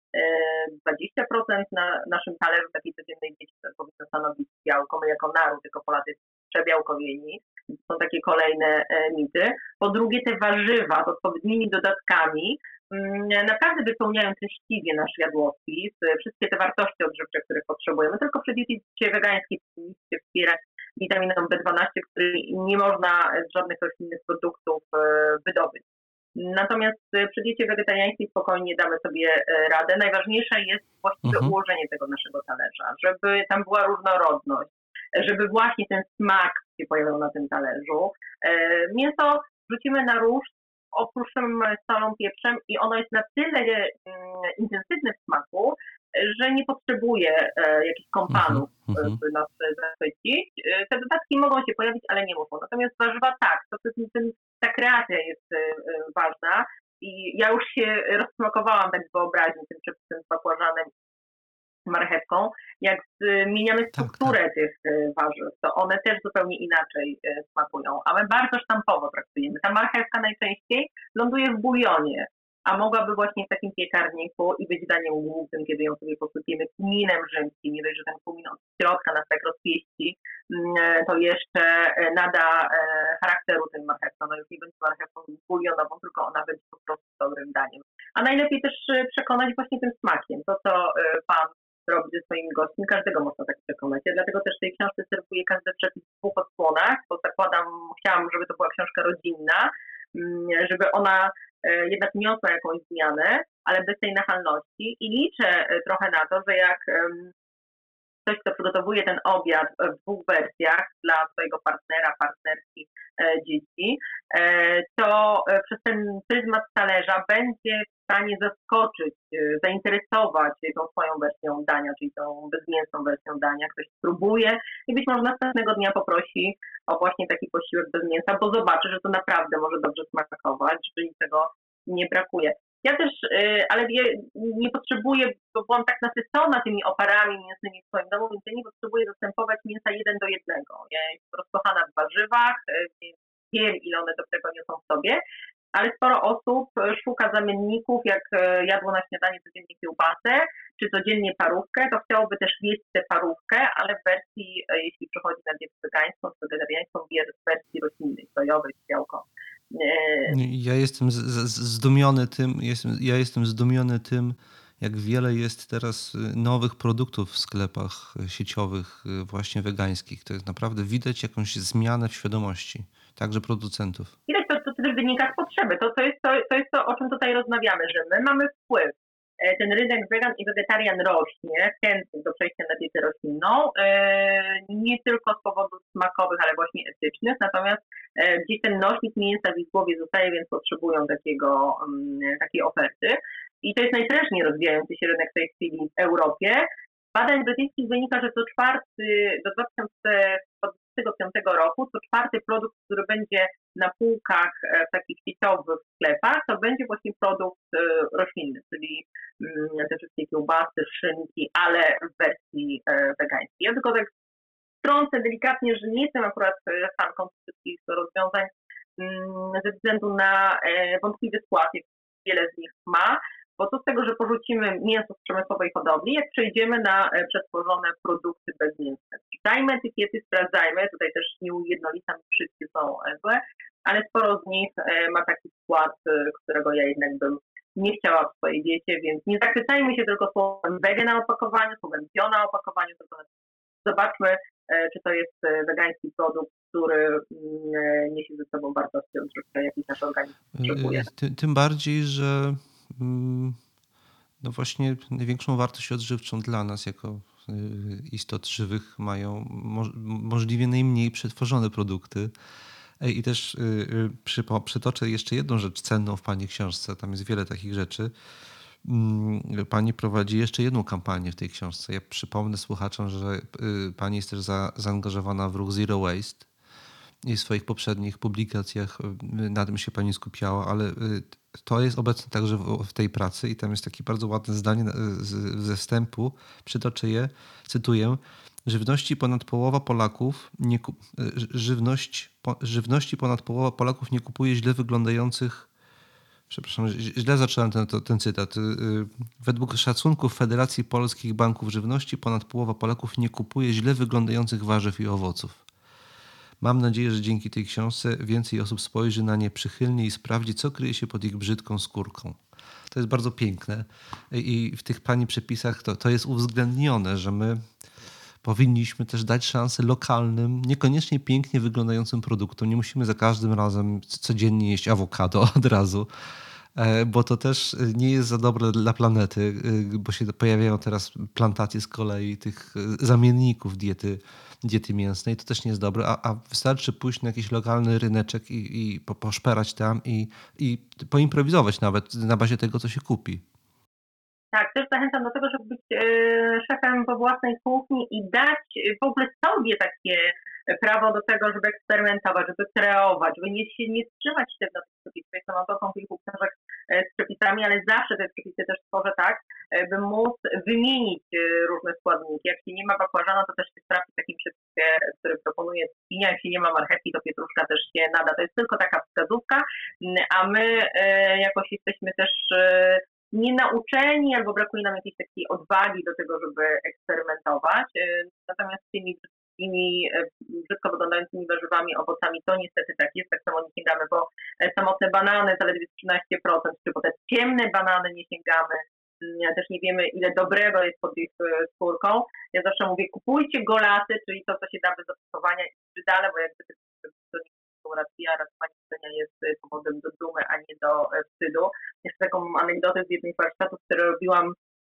20% na naszym talerzu takiej codziennej diecie powinno stanowić białko. My jako naród, jako Polacy przebiałkowieni. Są takie kolejne mity. Po drugie, te warzywa z odpowiednimi dodatkami naprawdę wypełniają treściwie nasz jadłospis, wszystkie te wartości odżywcze, których potrzebujemy. Tylko przy diecie wegańskiej powinniście wspierać witaminą B12, której nie można z żadnych roślinnych produktów wydobyć. Natomiast przy diecie wegetariańskiej spokojnie damy sobie radę. Najważniejsze jest właściwe ułożenie tego naszego talerza, żeby tam była różnorodność, żeby właśnie ten smak się pojawiał na tym talerzu. Mięso wrzucimy na róż, oprószymy solą, pieprzem i ono jest na tyle intensywne w smaku, że nie potrzebuje jakichś kompanów, by nas zachwycić. Te dodatki mogą się pojawić, ale nie muszą. Natomiast warzywa tak, ta kreacja jest ważna i ja już się rozsmakowałam tak wyobraźni tym przepisem z bakłażanem, marchewką. Jak zmieniamy strukturę tych warzyw, to one też zupełnie inaczej smakują, a my bardzo sztampowo traktujemy. Ta marchewka najczęściej ląduje w bulionie, a mogłaby właśnie w takim piekarniku i być daniem głównym, kiedy ją sobie posypiemy kuminem rzymskim. Nie dość, że ten kumin od środka nas tak rozpieści, to jeszcze nada charakteru tej marchewce. Ona już nie będzie marchewką bulionową, tylko ona będzie po prostu dobrym daniem. A najlepiej też przekonać właśnie tym smakiem. To, co Pan robi ze swoimi gośćmi, każdego można tak przekonać. Ja dlatego też w tej książce serwuję każdy przepis w 2 odsłonach, bo chciałam, żeby to była książka rodzinna, żeby ona jednak niosła jakąś zmianę, ale bez tej nachalności i liczę trochę na to, że jak ktoś, kto przygotowuje ten obiad w 2 wersjach dla swojego partnera, partnerki, dzieci, to przez ten pryzmat talerza będzie w stanie zaskoczyć, zainteresować tą swoją wersją dania, czyli tą bezmięsną wersją dania. Ktoś spróbuje i być może następnego dnia poprosi o właśnie taki posiłek bez mięsa, bo zobaczy, że to naprawdę może dobrze smakować, że niczego nie brakuje. Ja też, ale nie potrzebuję, bo byłam tak nasycona tymi oparami mięsnymi w swoim domu, więc ja nie potrzebuję zastępować mięsa 1:1. Ja jestem rozkochana w warzywach, więc wiem, ile one dobrego niosą w sobie, ale sporo osób szuka zamienników, jak jadło na śniadanie codziennie kiełbasę, czy codziennie parówkę, to chciałoby też jeść tę parówkę, ale w wersji, jeśli przechodzi na dietę wegańską, czy wegetariańską, w wersji roślinnej, sojowej, białko. Ja jestem zdumiony tym, jak wiele jest teraz nowych produktów w sklepach sieciowych właśnie wegańskich. To jest naprawdę widać jakąś zmianę w świadomości, także producentów. Widać to też wynika z potrzeby. To jest to, o czym tutaj rozmawiamy, że my mamy wpływ. Ten rynek wegan i wegetarian rośnie, chętnych do przejścia na dietę roślinną, nie tylko z powodów smakowych, ale właśnie etycznych, natomiast gdzieś ten nośnik mięsa w ich głowie zostaje, więc potrzebują takiej oferty. I to jest najprężniej rozwijający się rynek w tej chwili w Europie. Z badań brytyjskich wynika, że do 2025 roku co 4 produkt, który będzie na półkach w takich sieciowych sklepach, to będzie właśnie produkt roślinny, czyli te wszystkie kiełbasy, szynki, ale w wersji wegańskiej. Ja tylko tak wtrącę delikatnie, że nie jestem akurat fanką wszystkich rozwiązań ze względu na wątpliwy skład, jak wiele z nich ma, bo co z tego, że porzucimy mięso z przemysłowej hodowli, jak przejdziemy na przetworzone produkty bezmięsne. Czytajmy etykiety, sprawdzajmy, tutaj też nie ujednolicam, wszystkie są złe, ale sporo z nich ma taki skład, którego ja jednak bym nie chciała w swojej diecie, więc nie zachwycajmy się tylko słowem wege na opakowaniu, słowem bio na opakowaniu, tylko zobaczmy, czy to jest wegański produkt, który niesie ze sobą wartości odżywcze, jakich nasz organizm potrzebuje. Tym bardziej, że no właśnie największą wartość odżywczą dla nas jako istot żywych mają możliwie najmniej przetworzone produkty. I też przytoczę jeszcze jedną rzecz cenną w Pani książce. Tam jest wiele takich rzeczy. Pani prowadzi jeszcze jedną kampanię w tej książce. Ja przypomnę słuchaczom, że Pani jest też zaangażowana w ruch Zero Waste i w swoich poprzednich publikacjach na tym się Pani skupiała, ale to jest obecne także w tej pracy i tam jest takie bardzo ładne zdanie ze wstępu. Przytoczę je, cytuję. Żywności ponad połowa Polaków nie kupuje źle wyglądających Przepraszam, źle zacząłem ten cytat. Według szacunków Federacji Polskich Banków Żywności ponad połowa Polaków nie kupuje źle wyglądających warzyw i owoców. Mam nadzieję, że dzięki tej książce więcej osób spojrzy na nie przychylnie i sprawdzi, co kryje się pod ich brzydką skórką. To jest bardzo piękne i w tych pani przepisach to jest uwzględnione, że my powinniśmy też dać szansę lokalnym, niekoniecznie pięknie wyglądającym produktom. Nie musimy za każdym razem codziennie jeść awokado od razu, bo to też nie jest za dobre dla planety, bo się pojawiają teraz plantacje z kolei tych zamienników diety mięsnej. To też nie jest dobre, a wystarczy pójść na jakiś lokalny ryneczek i poszperać tam i poimprowizować nawet na bazie tego, co się kupi. Tak, też zachęcam do tego, żeby być szefem po własnej kuchni i dać w ogóle sobie takie prawo do tego, żeby eksperymentować, żeby kreować, żeby nie trzymać się na tych przepisach. Jestem autorką kilku książek z przepisami, ale zawsze te przepisy też tworzę tak, by móc wymienić różne składniki. Jak się nie ma bakłażana, to też się sprawdzi takim przepisie, który proponuje świnia. Jak się nie ma marchewki, to pietruszka też się nada. To jest tylko taka wskazówka, a my jakoś jesteśmy też nienauczeni albo brakuje nam jakiejś takiej odwagi do tego, żeby eksperymentować. Natomiast z tymi brzydko wyglądającymi warzywami, owocami to niestety tak jest, tak samo nie sięgamy, bo samotne banany zaledwie 13%, czy po te ciemne banany nie sięgamy. Też nie wiemy, ile dobrego jest pod ich skórką. Ja zawsze mówię, kupujcie golasy, czyli to, co się da bez zastosowania i brzydale, bo jakby to nie są racja, raz pani jest powodem do dumy, a nie do wstydu. Jeszcze taką anegdotę z jednej z warsztatów, które robiłam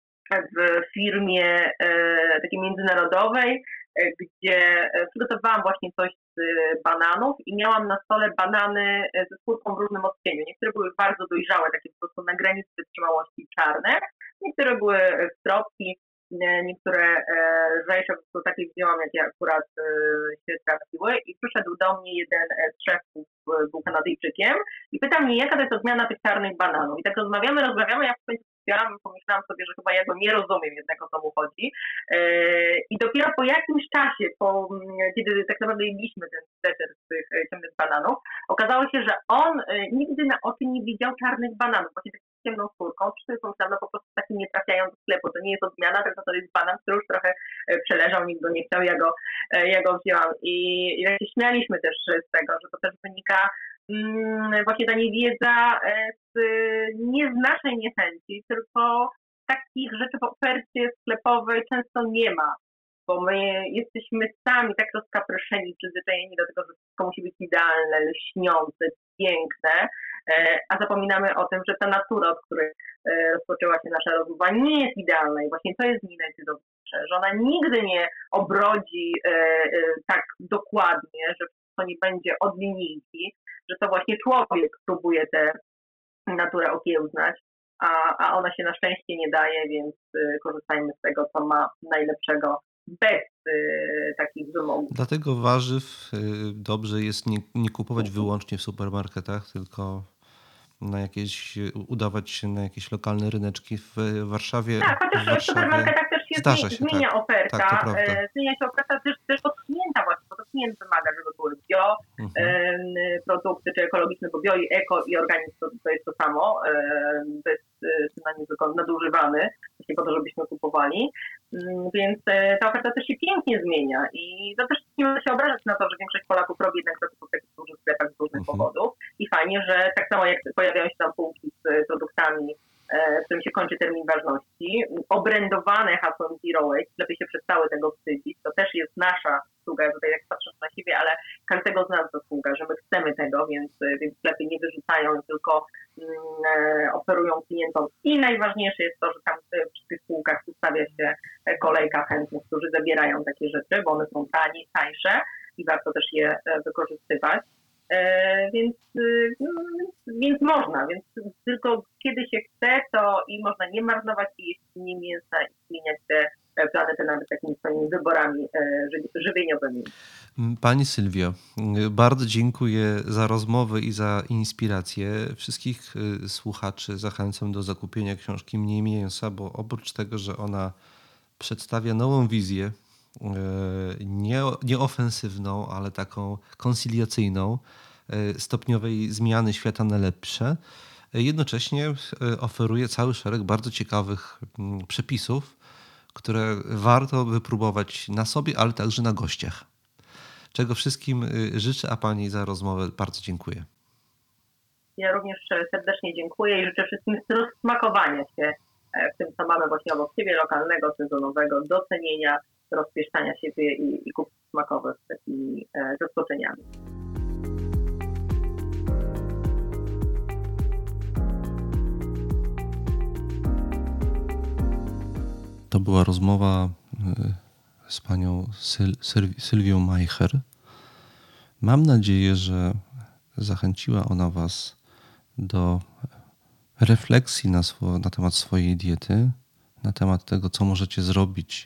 w firmie takiej międzynarodowej, gdzie przygotowałam właśnie coś z bananów i miałam na stole banany ze skórką w różnym odcieniu. Niektóre były bardzo dojrzałe, takie po prostu na granicy wytrzymałości czarne, niektóre były w tropki, niektóre lżejsze, po prostu takie wzięłam, jakie akurat się trafiły i przyszedł do mnie jeden z szefów, był Kanadyjczykiem i pyta mnie, jaka to jest odmiana tych czarnych bananów. I tak rozmawiamy, ja w końcu pomyślałam sobie, że chyba ja go nie rozumiem jednak, o co mu chodzi. I dopiero po jakimś czasie, kiedy tak naprawdę jedliśmy ten deser z tych ciemnych bananów, okazało się, że on nigdy na oczy nie widział czarnych bananów, właśnie taką ciemną skórką. Wszyscy pomyślałam, no po prostu takie nie trafiają do sklepu, to nie jest odmiana, tylko to jest banan, który już trochę przeleżał, nikt go nie chciał, ja go wzięłam. I tak się śmialiśmy też z tego, że to też wynika właśnie ta niewiedza nie z naszej niechęci, tylko takich rzeczy w ofercie sklepowej często nie ma, bo my jesteśmy sami tak rozkapryszeni, przyzwyczajeni do tego, że wszystko musi być idealne, lśniące, piękne, a zapominamy o tym, że ta natura, od której rozpoczęła się nasza rozmowa, nie jest idealna i właśnie to jest w niej najcudowniejsze, że ona nigdy nie obrodzi tak dokładnie, że to nie będzie od linijki, że to właśnie człowiek próbuje tę naturę okiełznać, a ona się na szczęście nie daje, więc korzystajmy z tego, co ma najlepszego bez takich wymogów. Dlatego warzyw dobrze jest nie kupować wyłącznie w supermarketach, tylko udawać się na jakieś lokalne ryneczki w Warszawie. Tak, chociaż w supermarketach też się zmienia tak. oferta. Tak, to prawda. Zmienia się oferta też od klienta właśnie, bo to klient wymaga, żeby były bio produkty, czy ekologiczne, bo bio i eko i organizm to jest to samo. To jest synonim tylko nadużywany, właśnie po to, żebyśmy kupowali. Więc ta oferta też się pięknie zmienia i to też nie można się obrażać na to, że większość Polaków robi jednak zakupy w takich dużych sklepach z różnych powodów. I fajnie, że tak samo jak pojawiają się tam półki z produktami, w którym się kończy termin ważności, obrędowane hasłem Zero Waste, lepiej się przestały tego wstydzić. To też jest nasza zasługa, ja tutaj jak patrzę na siebie, ale każdego z nas zasługa, że my chcemy tego, więc sklepy nie wyrzucają, tylko oferują klientom. I najważniejsze jest to, że tam przy tych półkach ustawia się kolejka chętnych, którzy zabierają takie rzeczy, bo one są tańsze i warto też je wykorzystywać. Więc można, więc tylko kiedy się chce, to i można nie marnować i jeść mniej mięsa i zmieniać te planety nawet takimi swoimi wyborami żywieniowymi. Pani Sylwio, bardzo dziękuję za rozmowę i za inspirację. Wszystkich słuchaczy zachęcam do zakupienia książki Mniej mięsa, bo oprócz tego, że ona przedstawia nową wizję, nieofensywną, ale taką koncyliacyjną, stopniowej zmiany świata na lepsze, Jednocześnie oferuje cały szereg bardzo ciekawych przepisów, które warto wypróbować na sobie, ale także na gościach. Czego wszystkim życzę, a Pani za rozmowę bardzo dziękuję. Ja również serdecznie dziękuję i życzę wszystkim rozsmakowania się w tym, co mamy właśnie obok siebie, lokalnego, sezonowego, docenienia, rozpieszczania siebie i kupów smakowych z takimi zaskoczeniami. To była rozmowa z panią Sylwią Majcher. Mam nadzieję, że zachęciła ona Was do refleksji na temat swojej diety, na temat tego, co możecie zrobić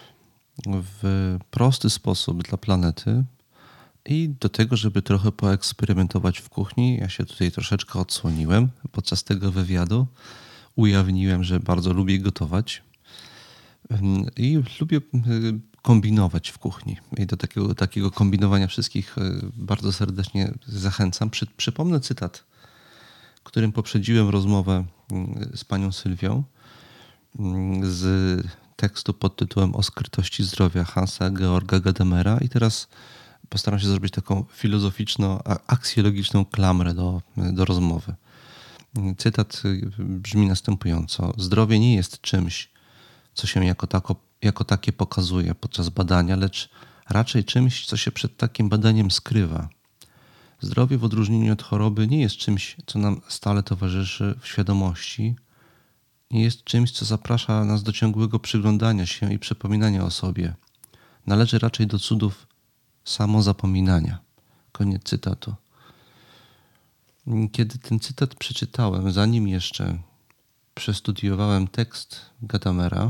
w prosty sposób dla planety i do tego, żeby trochę poeksperymentować w kuchni. Ja się tutaj troszeczkę odsłoniłem podczas tego wywiadu. Ujawniłem, że bardzo lubię gotować i lubię kombinować w kuchni. I do takiego kombinowania wszystkich bardzo serdecznie zachęcam. Przypomnę cytat, którym poprzedziłem rozmowę z panią Sylwią z tekstu pod tytułem O skrytości zdrowia Hansa Georga Gadamera i teraz postaram się zrobić taką filozoficzno-aksjologiczną klamrę do rozmowy. Cytat brzmi następująco. Zdrowie nie jest czymś, co się jako takie pokazuje podczas badania, lecz raczej czymś, co się przed takim badaniem skrywa. Zdrowie w odróżnieniu od choroby nie jest czymś, co nam stale towarzyszy w świadomości, nie jest czymś, co zaprasza nas do ciągłego przyglądania się i przypominania o sobie. Należy raczej do cudów samozapominania. Koniec cytatu. Kiedy ten cytat przeczytałem, zanim jeszcze przestudiowałem tekst Gadamera,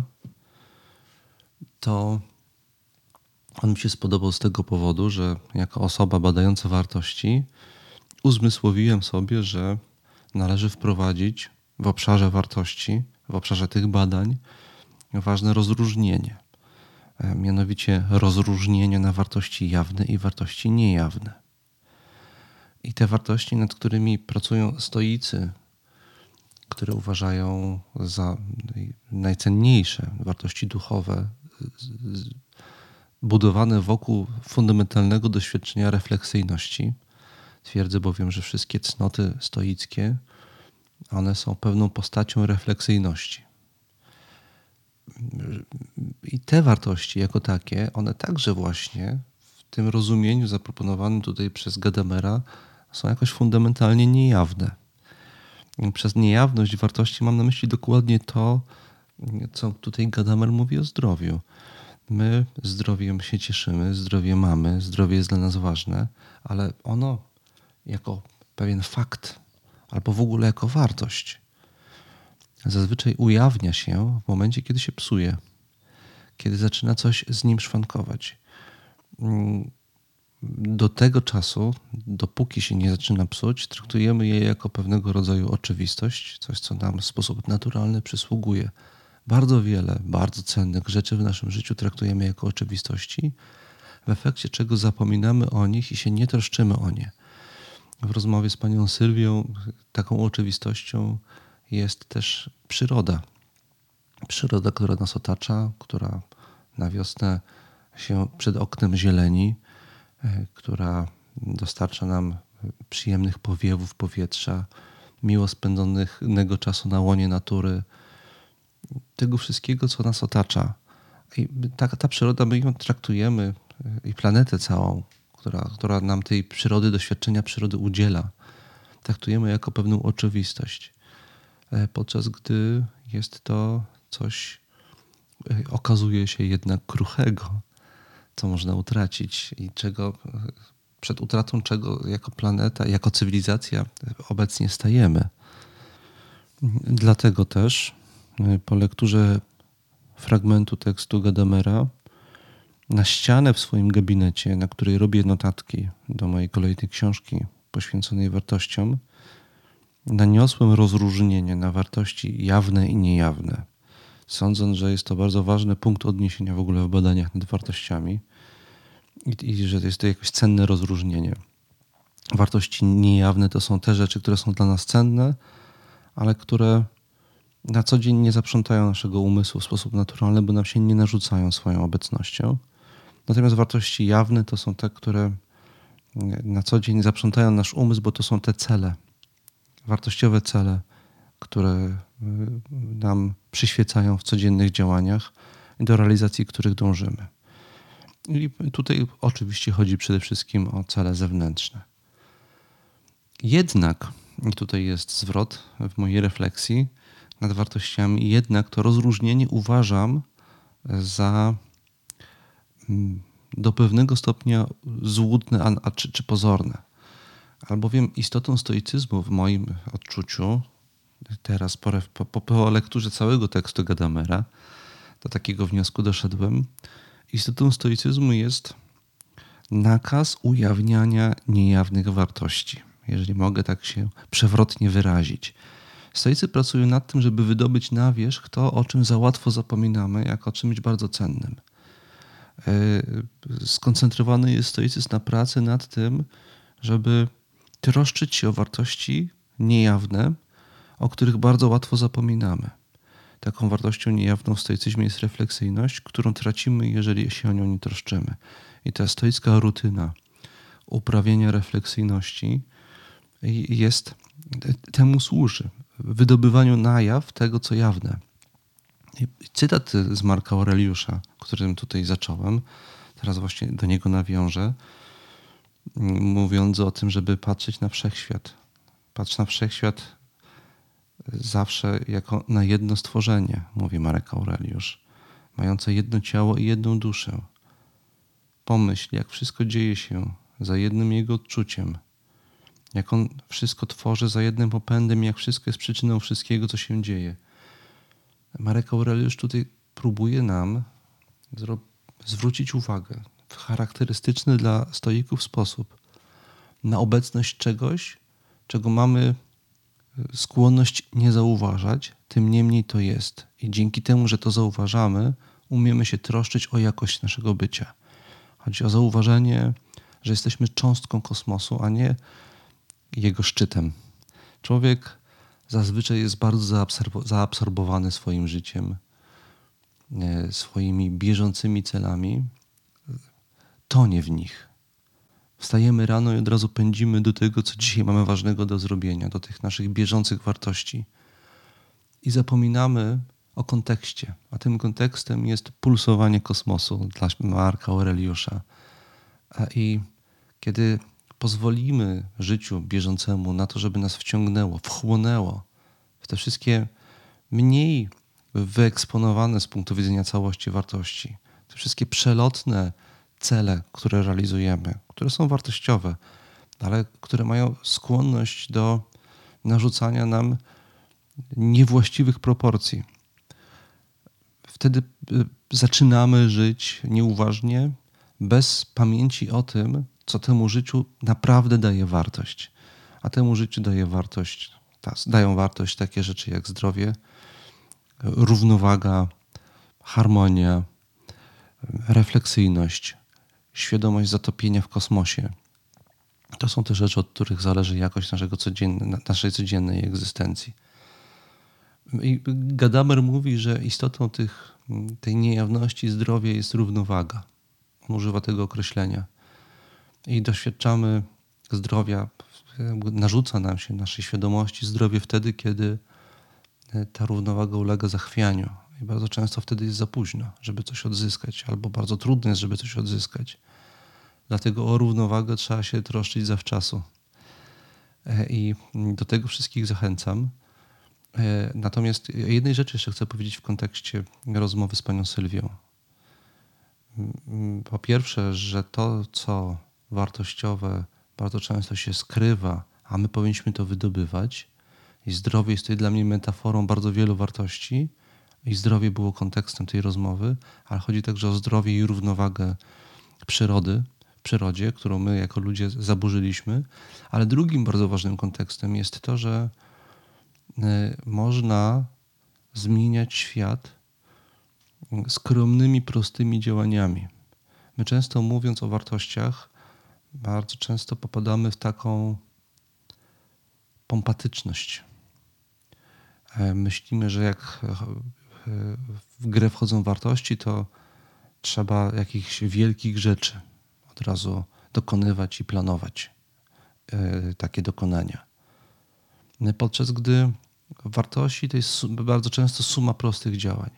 to on mi się spodobał z tego powodu, że jako osoba badająca wartości uzmysłowiłem sobie, że należy wprowadzić w obszarze wartości, w obszarze tych badań ważne rozróżnienie. Mianowicie rozróżnienie na wartości jawne i wartości niejawne. I te wartości, nad którymi pracują stoicy, które uważają za najcenniejsze, wartości duchowe, budowane wokół fundamentalnego doświadczenia refleksyjności. Twierdzę bowiem, że wszystkie cnoty stoickie, one są pewną postacią refleksyjności. I te wartości jako takie, one także właśnie w tym rozumieniu zaproponowanym tutaj przez Gadamera są jakoś fundamentalnie niejawne. Przez niejawność wartości mam na myśli dokładnie to, co tutaj Gadamer mówi o zdrowiu. My zdrowiem się cieszymy, zdrowie mamy, zdrowie jest dla nas ważne, ale ono jako pewien fakt albo w ogóle jako wartość zazwyczaj ujawnia się w momencie, kiedy się psuje, kiedy zaczyna coś z nim szwankować. Do tego czasu, dopóki się nie zaczyna psuć, traktujemy je jako pewnego rodzaju oczywistość, coś, co nam w sposób naturalny przysługuje. Bardzo wiele, bardzo cennych rzeczy w naszym życiu traktujemy jako oczywistości, w efekcie czego zapominamy o nich i się nie troszczymy o nie. W rozmowie z panią Sylwią taką oczywistością jest też przyroda. Przyroda, która nas otacza, która na wiosnę się przed oknem zieleni, która dostarcza nam przyjemnych powiewów powietrza, miło spędzonego czasu na łonie natury, tego wszystkiego, co nas otacza. I ta przyroda, my ją traktujemy i planetę całą, która nam tej przyrody, doświadczenia przyrody udziela, traktujemy jako pewną oczywistość. Podczas gdy jest to coś, okazuje się jednak kruchego, co można utracić i przed utratą czego jako planeta, jako cywilizacja obecnie stajemy. Dlatego też po lekturze fragmentu tekstu Gadamera na ścianę w swoim gabinecie, na której robię notatki do mojej kolejnej książki poświęconej wartościom, naniosłem rozróżnienie na wartości jawne i niejawne, sądząc, że jest to bardzo ważny punkt odniesienia w ogóle w badaniach nad wartościami i że jest to jakieś cenne rozróżnienie. Wartości niejawne to są te rzeczy, które są dla nas cenne, ale które na co dzień nie zaprzątają naszego umysłu w sposób naturalny, bo nam się nie narzucają swoją obecnością. Natomiast wartości jawne to są te, które na co dzień zaprzątają nasz umysł, bo to są te cele, wartościowe cele, które nam przyświecają w codziennych działaniach i do realizacji których dążymy. I tutaj oczywiście chodzi przede wszystkim o cele zewnętrzne. Jednak, i tutaj jest zwrot w mojej refleksji nad wartościami, jednak to rozróżnienie uważam za do pewnego stopnia złudne czy pozorne. Albowiem istotą stoicyzmu w moim odczuciu, teraz po lekturze całego tekstu Gadamera, do takiego wniosku doszedłem, istotą stoicyzmu jest nakaz ujawniania niejawnych wartości, jeżeli mogę tak się przewrotnie wyrazić. Stoicy pracują nad tym, żeby wydobyć na wierzch to, o czym za łatwo zapominamy, jako o czymś bardzo cennym. Skoncentrowany jest stoicyzm na pracy nad tym, żeby troszczyć się o wartości niejawne, o których bardzo łatwo zapominamy. Taką wartością niejawną w stoicyzmie jest refleksyjność, którą tracimy, jeżeli się o nią nie troszczymy. I ta stoicka rutyna uprawienia refleksyjności temu służy. Wydobywaniu na jaw tego, co jawne. I cytat z Marka Aureliusza, którym tutaj zacząłem, teraz właśnie do niego nawiążę, mówiąc o tym, żeby patrzeć na wszechświat. Patrz na wszechświat zawsze jako na jedno stworzenie, mówi Marek Aureliusz, mające jedno ciało i jedną duszę. Pomyśl, jak wszystko dzieje się za jednym jego odczuciem, jak on wszystko tworzy za jednym popędem, jak wszystko jest przyczyną wszystkiego, co się dzieje. Marek Aureliusz tutaj próbuje nam zwrócić uwagę w charakterystyczny dla stoików sposób na obecność czegoś, czego mamy skłonność nie zauważać, tym niemniej to jest. I dzięki temu, że to zauważamy, umiemy się troszczyć o jakość naszego bycia. Chodzi o zauważenie, że jesteśmy cząstką kosmosu, a nie jego szczytem. Człowiek zazwyczaj jest bardzo zaabsorbowany swoim życiem, swoimi bieżącymi celami, tonie w nich. Wstajemy rano i od razu pędzimy do tego, co dzisiaj mamy ważnego do zrobienia, do tych naszych bieżących wartości. I zapominamy o kontekście, a tym kontekstem jest pulsowanie kosmosu dla Marka Aureliusza. I kiedy pozwolimy życiu bieżącemu na to, żeby nas wciągnęło, wchłonęło w te wszystkie mniej wyeksponowane z punktu widzenia całości wartości, te wszystkie przelotne cele, które realizujemy, które są wartościowe, ale które mają skłonność do narzucania nam niewłaściwych proporcji. Wtedy zaczynamy żyć nieuważnie, bez pamięci o tym, co temu życiu naprawdę daje wartość. A temu życiu dają wartość takie rzeczy jak zdrowie, równowaga, harmonia, refleksyjność, świadomość zatopienia w kosmosie. To są te rzeczy, od których zależy jakość naszej codziennej egzystencji. I Gadamer mówi, że istotą tej niejawności zdrowia jest równowaga. On używa tego określenia. I doświadczamy zdrowia, narzuca nam się naszej świadomości zdrowie wtedy, kiedy ta równowaga ulega zachwianiu. I bardzo często wtedy jest za późno, żeby coś odzyskać, albo bardzo trudno jest, żeby coś odzyskać. Dlatego o równowagę trzeba się troszczyć zawczasu. I do tego wszystkich zachęcam. Natomiast jednej rzeczy jeszcze chcę powiedzieć w kontekście rozmowy z panią Sylwią. Po pierwsze, że to, co wartościowe, bardzo często się skrywa, a my powinniśmy to wydobywać. I zdrowie jest tutaj dla mnie metaforą bardzo wielu wartości. I zdrowie było kontekstem tej rozmowy, ale chodzi także o zdrowie i równowagę przyrody, w przyrodzie, którą my jako ludzie zaburzyliśmy. Ale drugim bardzo ważnym kontekstem jest to, że można zmieniać świat skromnymi, prostymi działaniami. My często mówiąc o wartościach, bardzo często popadamy w taką pompatyczność. myślimy, że jak w grę wchodzą wartości, to trzeba jakichś wielkich rzeczy od razu dokonywać i planować takie dokonania. Podczas gdy wartości to jest bardzo często suma prostych działań.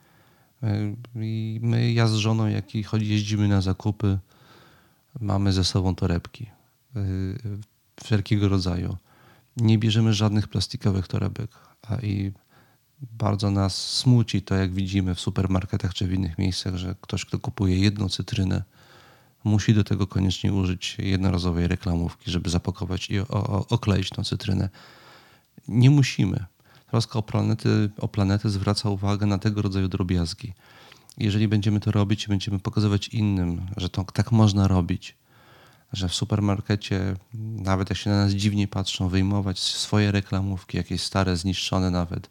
I ja z żoną, jak jeździmy na zakupy, mamy ze sobą torebki wszelkiego rodzaju. Nie bierzemy żadnych plastikowych torebek. I bardzo nas smuci to, jak widzimy w supermarketach czy w innych miejscach, że ktoś, kto kupuje jedną cytrynę, musi do tego koniecznie użyć jednorazowej reklamówki, żeby zapakować i okleić tą cytrynę. Nie musimy. Troska o planetę zwraca uwagę na tego rodzaju drobiazgi. Jeżeli będziemy to robić i będziemy pokazywać innym, że to tak można robić, że w supermarkecie, nawet jak się na nas dziwnie patrzą, wyjmować swoje reklamówki, jakieś stare, zniszczone nawet,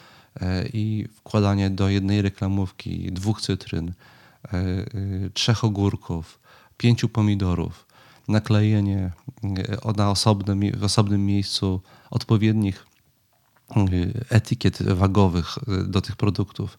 i wkładanie do jednej reklamówki 2 cytryn, 3 ogórków, 5 pomidorów, naklejenie w osobnym miejscu odpowiednich etykiet wagowych do tych produktów.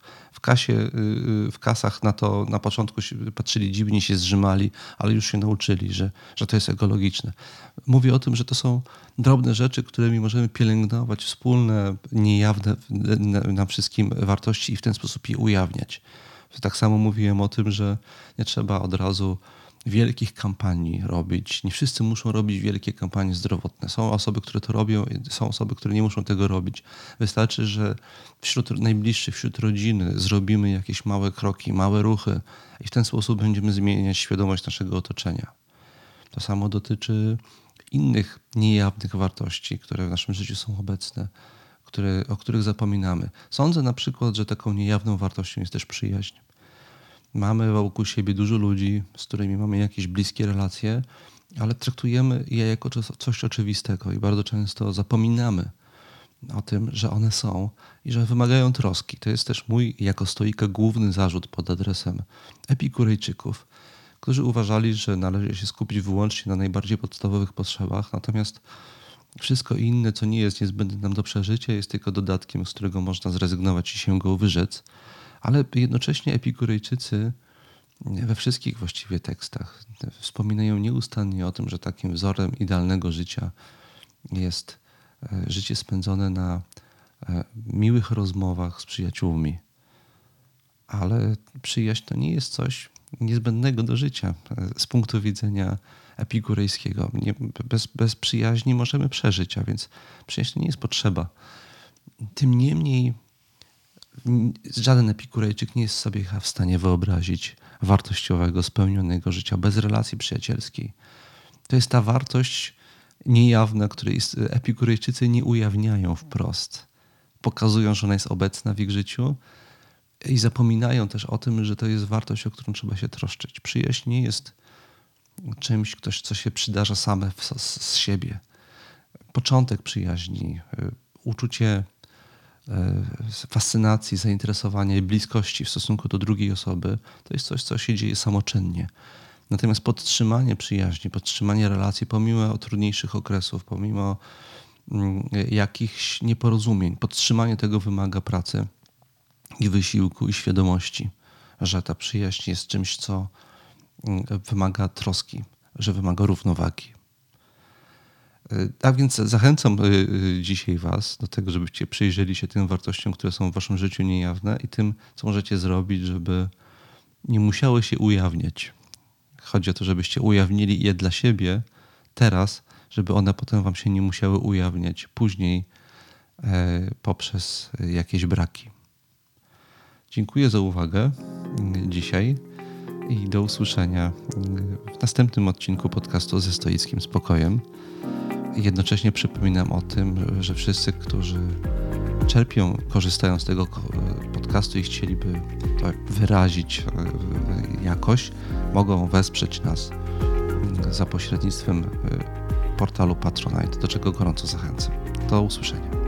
W kasach na początku patrzyli dziwnie, się zrzymali, ale już się nauczyli, że to jest ekologiczne. Mówię o tym, że to są drobne rzeczy, którymi możemy pielęgnować wspólne, niejawne nam wszystkim wartości i w ten sposób je ujawniać. Tak samo mówiłem o tym, że nie trzeba od razu wielkich kampanii robić. Nie wszyscy muszą robić wielkie kampanie zdrowotne. Są osoby, które to robią, są osoby, które nie muszą tego robić. Wystarczy, że wśród najbliższych, wśród rodziny zrobimy jakieś małe kroki, małe ruchy i w ten sposób będziemy zmieniać świadomość naszego otoczenia. To samo dotyczy innych niejawnych wartości, które w naszym życiu są obecne, o których zapominamy. Sądzę na przykład, że taką niejawną wartością jest też przyjaźń. Mamy wokół siebie dużo ludzi, z którymi mamy jakieś bliskie relacje, ale traktujemy je jako coś oczywistego i bardzo często zapominamy o tym, że one są i że wymagają troski. To jest też mój jako stoika główny zarzut pod adresem Epikurejczyków, którzy uważali, że należy się skupić wyłącznie na najbardziej podstawowych potrzebach, natomiast wszystko inne, co nie jest niezbędne nam do przeżycia, jest tylko dodatkiem, z którego można zrezygnować i się go wyrzec. Ale jednocześnie Epikurejczycy we wszystkich właściwie tekstach wspominają nieustannie o tym, że takim wzorem idealnego życia jest życie spędzone na miłych rozmowach z przyjaciółmi. Ale przyjaźń to nie jest coś niezbędnego do życia z punktu widzenia epikurejskiego. Bez przyjaźni możemy przeżyć, a więc przyjaźń to nie jest potrzeba. Tym niemniej żaden Epikurejczyk nie jest sobie w stanie wyobrazić wartościowego, spełnionego życia bez relacji przyjacielskiej. To jest ta wartość niejawna, której Epikurejczycy nie ujawniają wprost. Pokazują, że ona jest obecna w ich życiu i zapominają też o tym, że to jest wartość, o którą trzeba się troszczyć. Przyjaźń nie jest czymś, co się przydarza same z siebie. Początek przyjaźni, uczucie fascynacji, zainteresowania i bliskości w stosunku do drugiej osoby, to jest coś, co się dzieje samoczynnie. Natomiast podtrzymanie przyjaźni, podtrzymanie relacji pomimo trudniejszych okresów, pomimo jakichś nieporozumień, podtrzymanie tego wymaga pracy i wysiłku i świadomości, że ta przyjaźń jest czymś, co wymaga troski, że wymaga równowagi. Tak więc zachęcam dzisiaj Was do tego, żebyście przyjrzeli się tym wartościom, które są w Waszym życiu niejawne i tym, co możecie zrobić, żeby nie musiały się ujawniać. Chodzi o to, żebyście ujawnili je dla siebie teraz, żeby one potem Wam się nie musiały ujawniać później poprzez jakieś braki. Dziękuję za uwagę dzisiaj i do usłyszenia w następnym odcinku podcastu Ze Stoickim Spokojem. Jednocześnie przypominam o tym, że wszyscy, którzy czerpią, korzystają z tego podcastu i chcieliby to wyrazić jakoś, mogą wesprzeć nas za pośrednictwem portalu Patronite, do czego gorąco zachęcam. Do usłyszenia.